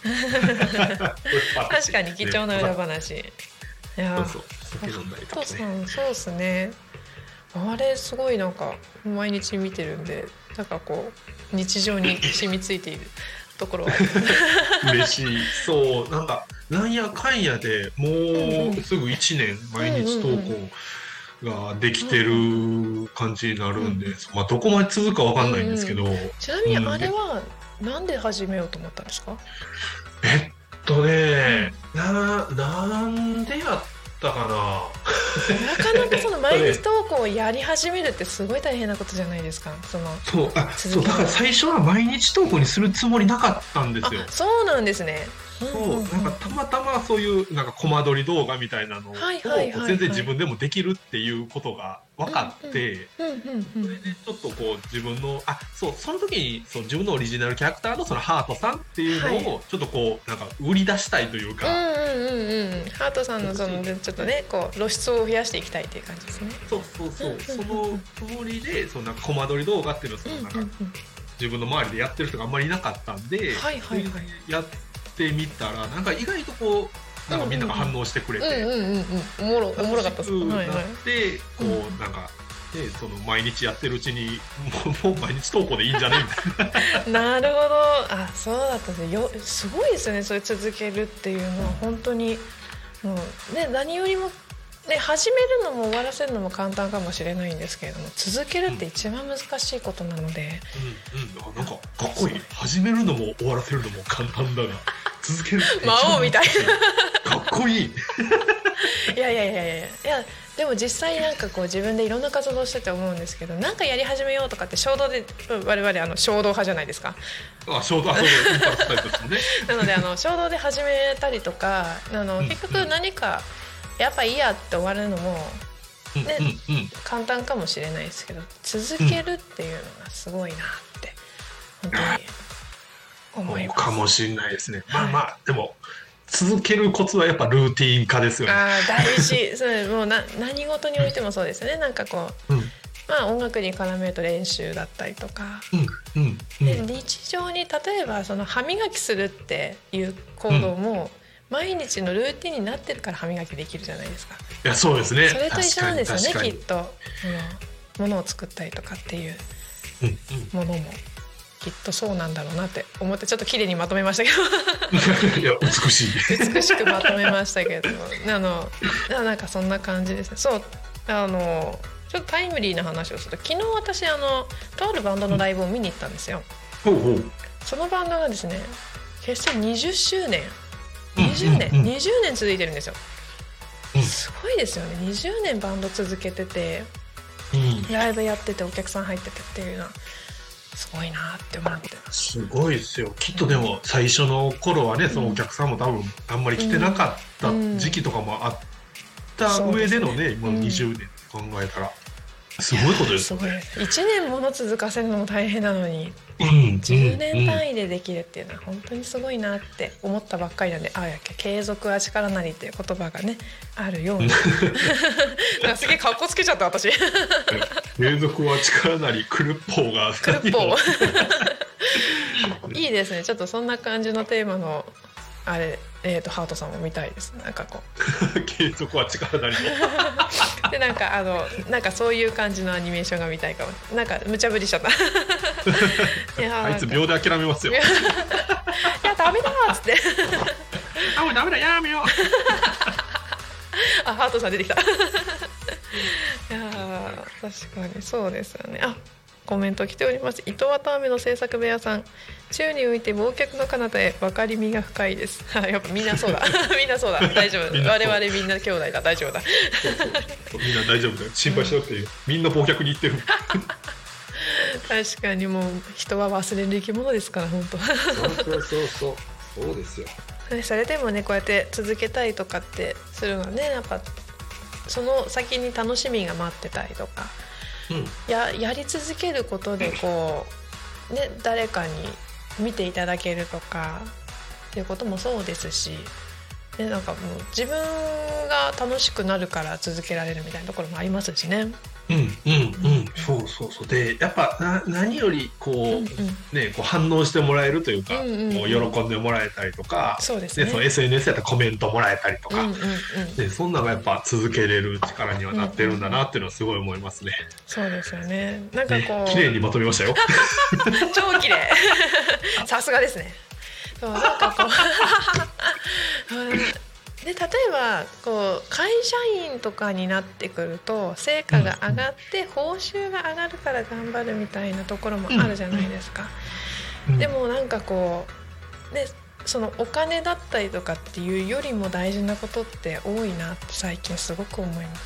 確かに貴重な裏話。いや、 酒飲んだりとかね。 そうですね。あれすごいなんか毎日見てるんで、なんかこう日常に染みついているところは嬉しい。そうなんやかんやでもうすぐ1年毎日投稿ができてる感じになるんで、どこまで続くかわかんないんですけど、 ちなみにあれはなんで始めようと思ったんですか？ なんでやったかな。 なかなかその毎日投稿をやり始めるってすごい大変なことじゃないですか。 そうだから最初は毎日投稿にするつもりなかったんですよ。 そうなんですね。 なんかたまたまそういうなんかコマ撮り動画みたいなのを全然自分でもできるっていうことが分かって、それでちょっとこう自分のその時に自分のオリジナルキャラクターのそのハートさんっていうのをちょっとこうなんか売り出したいというか、 ハートさんのちょっとねこう露出を増やしていきたいっていう感じですね。 そうそのつもりでそんなコマ撮り動画っていうのをなんか自分の周りでやってる人があんまりいなかったんで、やってみたらなんか意外とこうなんかみんなが反応してくれて、 おもろかったです。 なってこうなんかその毎日やってるうちにもう毎日投稿でいいんじゃねみたいな。なるほど。そうだったんです。すごいですね。それ続けるっていうのは本当にもうね、何よりもね、始めるのも終わらせるのも簡単かもしれないんですけれども、続けるって一番難しいことなので、 なんかかっこいい。始めるのも終わらせるのも簡単だが続けるって魔王みたいなかっこいい。 いやでも実際なんかこう自分でいろんな活動してて思うんですけど、なんかやり始めようとかって衝動で、我々衝動派じゃないですか。 衝動インパルスタイプですね。 なので衝動で始めたりとか結局何かやっぱいいやって終わるのも、ね簡単かもしれないですけど、続けるっていうのがすごいなって本当に思います。 かもしれないですね。まあでも続けるコツはやっぱルーティン化ですよね。 大事。それもう何事においてもそうですね。なんかこう、音楽に絡めると練習だったりとか、で日常に例えばその歯磨きするっていう行動も、毎日のルーティンになってるから歯磨きできるじゃないですか。 いやそうですね。 それと一緒なんですよね、きっと。ものを作ったりとかっていうものもきっとそうなんだろうなって思って、ちょっと綺麗にまとめましたけどいや美しくまとめましたけどなんかそんな感じですね。そうちょっとタイムリーな話をすると、昨日私とあるバンドのライブを見に行ったんですよ。そのバンドがですね、結成20周年20年続いてるんですよ。すごいですよね。20年バンド続けてて、ライブやっててお客さん入っててっていうのはすごいなって思って。 すごいですよ。きっとでも最初の頃はね、そのお客さんも多分あんまり来てなかった時期とかもあった上でのね、今の20年考えたらすごいことですよね。 1年もの続かせるのも大変なのに、10年単位でできるっていうのは本当にすごいなって思ったばっかりなんで、継続は力なりっていう言葉がねあるようにすげえかっこつけちゃった私継続は力なり、クルッポーがクルッポーいいですね。ちょっとそんな感じのテーマのあれ、ハートさんも見たいです。なんかこう継続は力なりでなんかそういう感じのアニメーションが見たいかも。なんか無茶ぶりしちゃったあいつ秒で諦めますよいやダメだっつってダメだやめようハートさん出てきたいや確かにそうですよね。コメント来ております。糸綿あめの制作部屋さん、宙に浮いて忘却の彼方へ、分かりみが深いですやっぱみんなそうだみんなそうだ、大丈夫、我々みんな兄弟だ、大丈夫だそうみんな大丈夫だよ、心配しなくていい、みんな忘却に行ってる確かにもう人は忘れる生き物ですから本当そうですよ。 それでもね、こうやって続けたいとかってするのはね、やっぱその先に楽しみが待ってたりとか、やり続けることでこう、ね、誰かに見ていただけるとかっていうこともそうですし、でなんかもう自分が楽しくなるから続けられるみたいなところもありますしね。 そうでやっぱ何よりこう、ね、こう反応してもらえるというか、こう喜んでもらえたりとか、 そうですね、 その SNS やったらコメントもらえたりとか、そんなのがやっぱ続けれる力にはなってるんだなっていうのはすごい思いますね。 そうですよね。なんかこう、 綺麗にまとめましたよ超綺麗さすがですね。そうなんかこうで例えばこう会社員とかになってくると成果が上がって報酬が上がるから頑張るみたいなところもあるじゃないですか。でもなんかこうでそのお金だったりとかっていうよりも大事なことって多いなって最近すごく思います。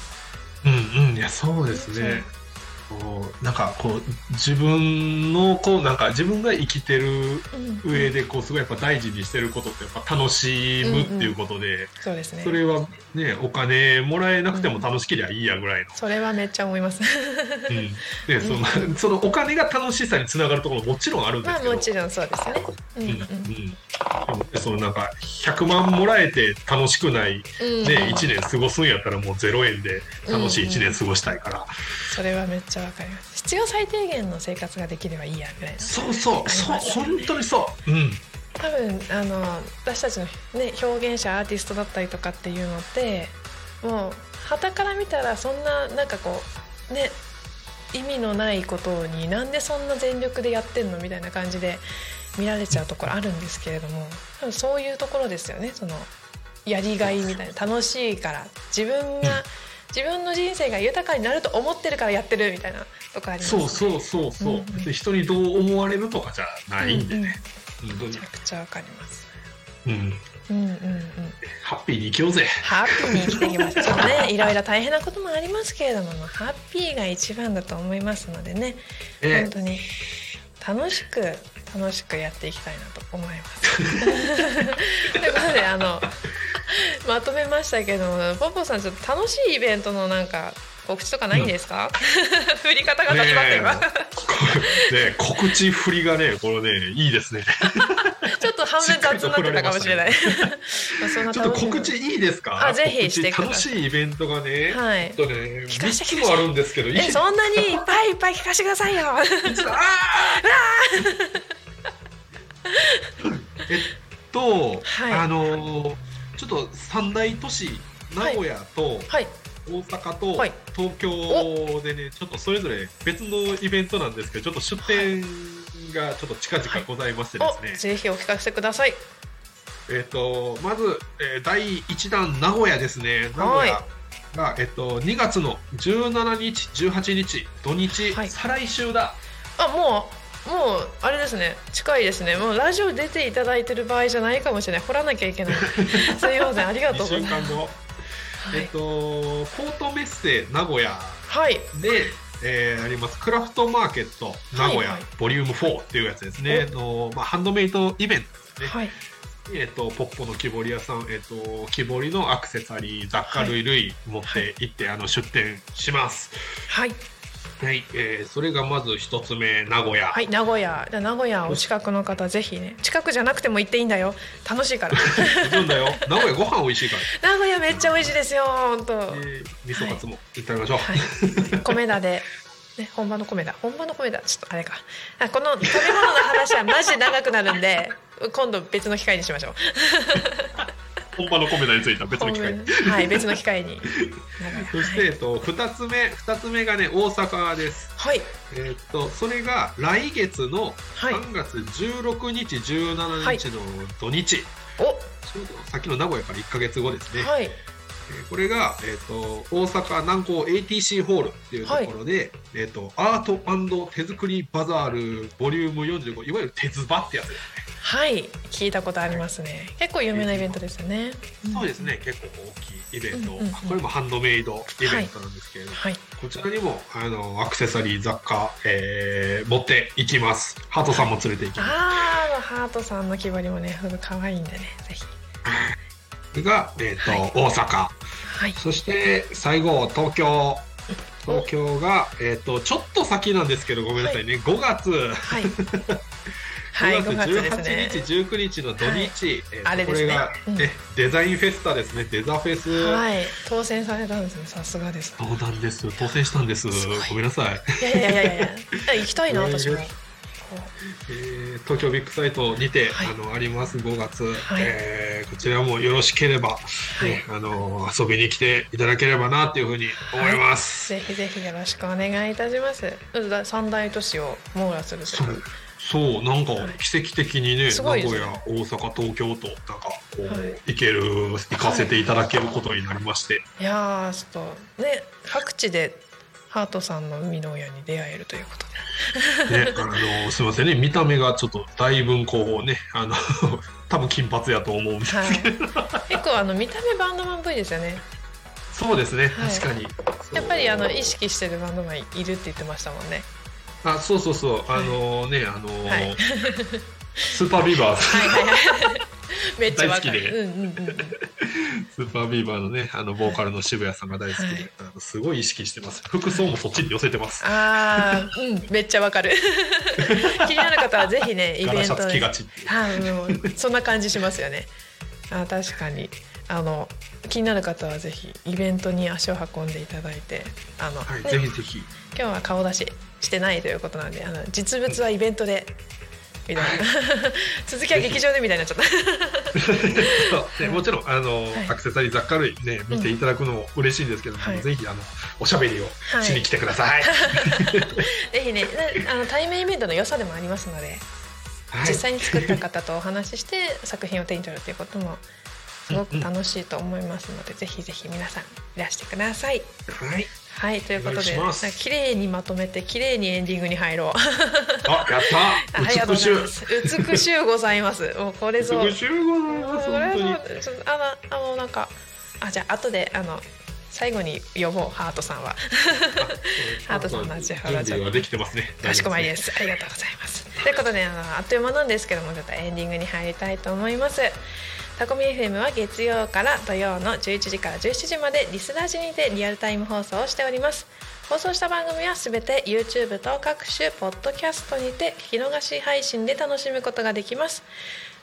いやそうですね。なんかこう自分のこうなんか自分が生きてる上でこうすごいやっぱ大事にしてることってやっぱ楽しむっていうことで、 そうですね。 それはねお金もらえなくても楽しければいいやぐらいの、 それはめっちゃ思いますでそのお金が楽しさにつながるところももちろんあるんですけど、 もちろんそうですね。 そのなんか100万もらえて楽しくない、1年過ごすんやったらもう0円で楽しい1年過ごしたいから、 それはめっちゃわかります。必要最低限の生活ができればいいやぐらいの、 そう本当にそう、 多分私たちの、ね、表現者アーティストだったりとかっていうのってもう傍から見たらそんななんかこうね意味のないことになんでそんな全力でやってんのみたいな感じで見られちゃうところあるんですけれども、多分そういうところですよね。そのやりがいみたいな、楽しいから自分の人生が豊かになると思ってるからやってるみたいなとこありますね。 そう、人にどう思われるとかじゃないんでね、 めちゃくちゃわかります。 ハッピーに生きようぜ。 ハッピーに生きていきましょう。ちょっとねいろいろ大変なこともありますけれども、ハッピーが一番だと思いますのでね、本当に楽しくやっていきたいなと思いますということでまとめましたけども、ポポさんちょっと楽しいイベントのなんか告知とかないんですか？振り方が立ちまって今。 告知振りがねこれねいいですね。 と半分雑になってたかもしれない。 ちょっと告知いいですか？ ぜひしてください。 楽しいイベントがね、3つもあるんですけど、 そんなにいっぱい聞かせてくださいよ。 ちょっと三大都市名古屋と大阪と東京でね、ちょっとそれぞれ別のイベントなんですけど、ちょっと出店がちょっと近々ございましてですね、 ぜひお聞かせください。 まず、第1弾名古屋ですね。名古屋が、2月の17日18日土日、再来週だ。 もうあれですね、近いですね。もうラジオ出ていただいてる場合じゃないかもしれない。掘らなきゃいけない。すいません、ありがとうございます。 2週間後、ポートメッセ名古屋で、ありますクラフトマーケット名古屋、ボリューム4っていうやつですね。ハンドメイドイベントですね。ポッポの木彫り屋さん、木彫りのアクセサリー、雑貨類持って行って、出店します。それがまず一つ目、名古屋。 名古屋。名古屋お近くの方、ぜひね、近くじゃなくても行っていいんだよ。楽しいから。 行くんだよ。名古屋ご飯美味しいから。 名古屋めっちゃ美味しいですよ、本当。 味噌カツも行ってみましょう。 米田で。本場の米田、ちょっとあれか。この食べ物の話はマジで長くなるんで、今度別の機会にしましょう。 本場の米田については別の機会に。 別の機会に。 そして、2つ目がね、大阪です。それが来月の3月16日17日の土日。ちょうどさっきの名古屋から1ヶ月後ですね。これが、大阪南港 ATC ホールっていうところで、アート&手作りバザールボリューム45、いわゆる手ズバってやつですね。 聞いたことありますね。結構有名なイベントですよね。 そうですね、結構大きいイベント、これもハンドメイドイベントなんですけれども、こちらにもアクセサリー雑貨、持っていきます。ハートさんも連れていきます。 ハートさんの木彫りもね、可愛いんでね、ぜひ。 これが、大阪、そして最後東京が、ちょっと先なんですけどごめんなさいね、5月5月18日19日の土日、これが、デザインフェスタですね。デザフェス、 当選されたんですね。さすがです。 そうなんです、当選したんです。ごめんなさい。 いや行きたいな、私も。 東京ビッグサイトにて、あります5月、こちらもよろしければ、遊びに来ていただければなというふうに思います。 ぜひぜひよろしくお願いいたします。三大都市を網羅する。 そうなんか奇跡的にね、名古屋、大阪、東京となんかこう行かせていただけることになりまして、 いやちょっとね、各地でハートさんの生みの親に出会えるということで、すみませんね、見た目がちょっとだいぶこうね、多分金髪やと思うんですけど、 結構見た目バンドマン V ですよね。 そうですね、確かに。 やっぱり意識してるバンドマンいるって言ってましたもんね。 そうスーパービーバーめっちゃ大好きで、スーパービーバーのね、ボーカルの渋谷さんが大好きで、すごい意識してます。服装もそっちに寄せてます。 めっちゃわかる。気になる方はぜひね、イベントで。そんな感じしますよね。確かに気になる方はぜひイベントに足を運んでいただいて、 ぜひぜひ。 今日は顔出ししてないということなんで、実物はイベントでみたいな、続きは劇場でみたいになっちゃったもちろんアクセサリー雑貨類ね見ていただくのも嬉しいんですけども、ぜひおしゃべりをしに来てください。 ぜひね、対面イベントの良さでもありますので、実際に作った方とお話しして作品を手に取るということもすごく楽しいと思いますので、ぜひぜひ皆さんいらしてください。ということで、綺麗にまとめて綺麗にエンディングに入ろう。 やったー。美しい。 美しゅうございます。もうこれぞ。 美しゅうございます。本当に。 なんかじゃあ後で最後に呼ぼう、ハートさんは。ハートさんの準備はできてますね。 かしこまりです。ありがとうございます。ということであっという間なんですけども、ちょっとエンディングに入りたいと思います。タコミ FM は月曜から土曜の11時から17時までリスラジにてリアルタイム放送をしております。放送した番組はすべて YouTube と各種ポッドキャストにて聞き逃し配信で楽しむことができます。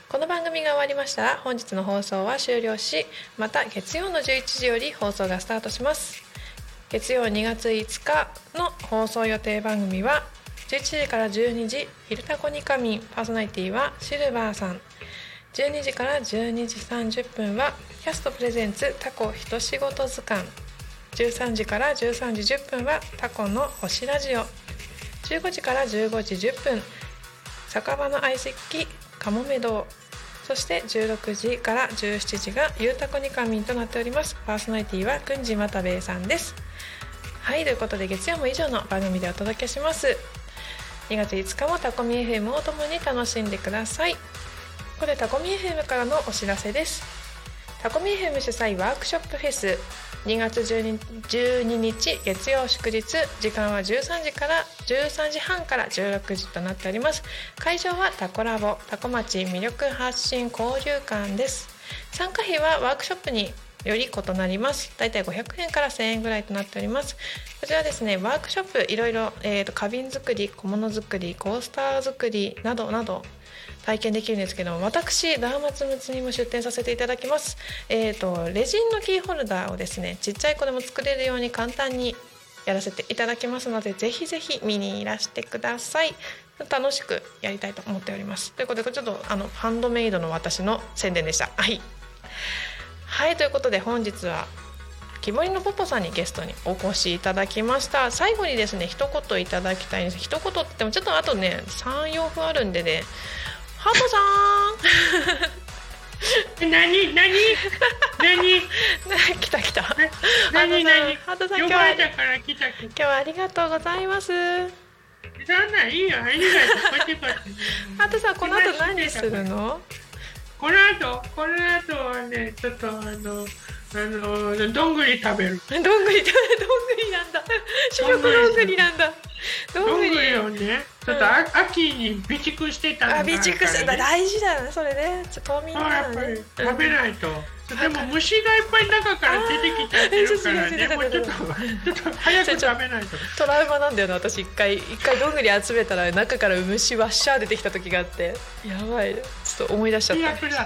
この番組が終わりましたら本日の放送は終了し、また月曜の11時より放送がスタートします。月曜2月5日の放送予定番組は11時から12時「昼タコにかみん」、パーソナリティはシルバーさん。12時から12時30分はキャストプレゼンツタコ一仕事図鑑。13時から13時10分はタコの星ラジオ。15時から15時10分酒場の相席かもめ堂。そして16時から17時がゆうたこにかみんとなっております。パーソナリティはくんじまたべえさんです。はい、ということで月曜も以上の番組でお届けします。2月5日もタコミ FM を共に楽しんでください。ここでタコミ FM からのお知らせです。タコミ FM 主催ワークショップフェス2月12日月曜祝日、時間は13時半から16時となっております。会場はタコラボタコ町魅力発信交流館です。参加費はワークショップにより異なります。だいたい500円から1000円ぐらいとなっております。こちらですね、ワークショップいろいろ、花瓶作り、小物作り、コースター作りなどなど体験できるんですけども、私ダーマツムツにも出展させていただきます。レジンのキーホルダーをですね、ちっちゃい子でも作れるように簡単にやらせていただきますので、ぜひぜひ見にいらしてください。楽しくやりたいと思っております。ということで、ちょっとハンドメイドの私の宣伝でした。はい、ということで本日は木彫りのポポさんにゲストにお越しいただきました。最後にですね、一言いただきたいんです。一言って言ってもちょっとあとね 3,4 分あるんでね、ハートさん何来た何ハートさん、 呼ばれたから来た。 今日はありがとうございます。 そんなんいいよ、ありがとう。こっちハートさん、この後何するの？ この後はね、ちょっとどんぐり食べる。 どんぐりなんだ。主力どんぐりなんだ。 どんぐりをね、ちょっと秋に備蓄してたのがあるからね。 備蓄してた、大事だね、それね。ちょっとみんなやっぱり食べないと。でも虫がいっぱい中から出てきちゃってるからね、もうちょっと早く食べないと。 トラウマなんだよな、私。一回どんぐり集めたら中から虫ワッシャー出てきた時があって、やばい、ちょっと思い出しちゃった。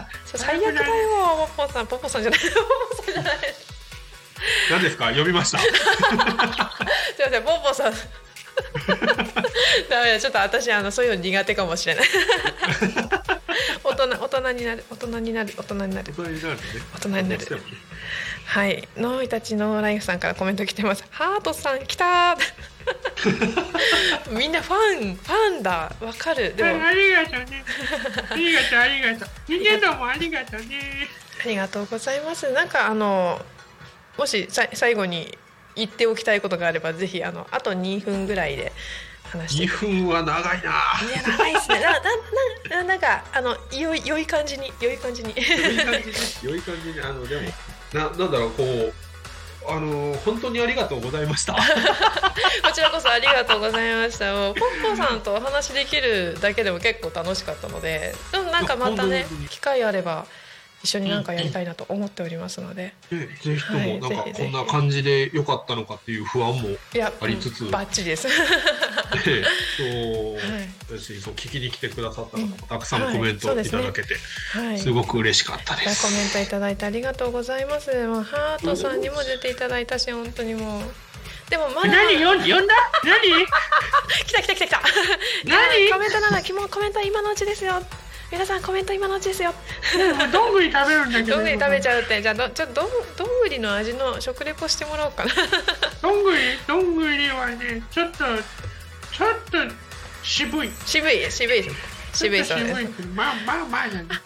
最悪だよ。ポポさんじゃない何ですか、呼びました。すいません、ポポさんダメだ、ちょっと私そういうの苦手かもしれない。大人になる。はい、ノーイタチノーライフさんからコメント来てます。ハートさん来たみんなファンだ、わかる。でもありがとうね。ありがとう。みんなどうもありがとうね。 ありがとうございます。なんかもし最後に言っておきたいことがあれば、ぜひあと2分ぐらいで話して。 2分は長いな。いや、 長いですね。なんか良い感じに良い感じにでもなんだろう、こう本当にありがとうございました。こちらこそありがとうございました。ポッポさんとお話できるだけでも結構楽しかったので、でもなんかまたね、機会あれば一緒になんかやりたいなと思っておりますので、 ぜひともなんかこんな感じで良かったのかっていう不安もありつつ、 バッチリです。 そう聞きに来てくださった方もたくさんコメントいただけて、すごく嬉しかったです。 コメントいただいてありがとうございます。もうハートさんにも出ていただいたし、本当にもう。でもまだ何呼んだ？何？ 来た。 何？ コメントコメントは今のうちですよ。皆さんコメント今のうちですよ。 どんぐり食べるんだけど。 どんぐり食べちゃうって。じゃあちょっとどんぐりの味の食レポしてもらおうかな。 どんぐりはね、ちょっと渋いそうです。まあじゃない。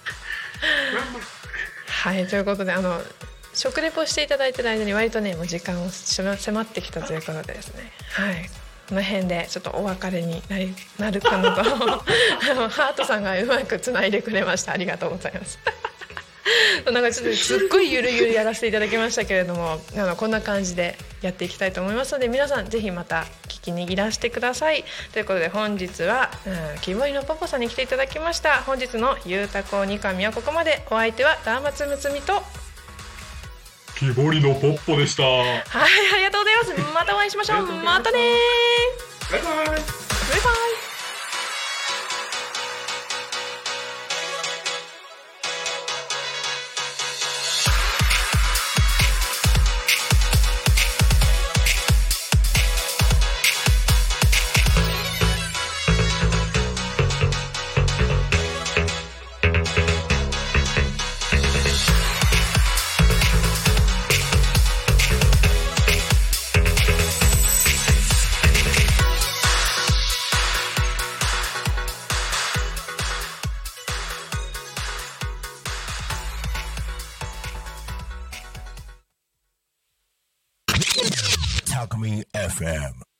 はい、ということで食レポしていただいてる間に割とね、もう時間を迫ってきたということでですね。はい。この辺でちょっとお別れになるかなとハートさんがうまくつないでくれました。ありがとうございます。なんかちょっとすっごいゆるゆるやらせていただきましたけれども、こんな感じでやっていきたいと思いますので、皆さんぜひまた聞きにいらしてください。ということで本日は木彫りのポポさんに来ていただきました。本日のゆうたこにかみはここまで。お相手はダーマツムツミと木彫りのポッポでした。はい、 ありがとうございます。またお会いしましょう。またね。 バイバイ。 Talk Me FM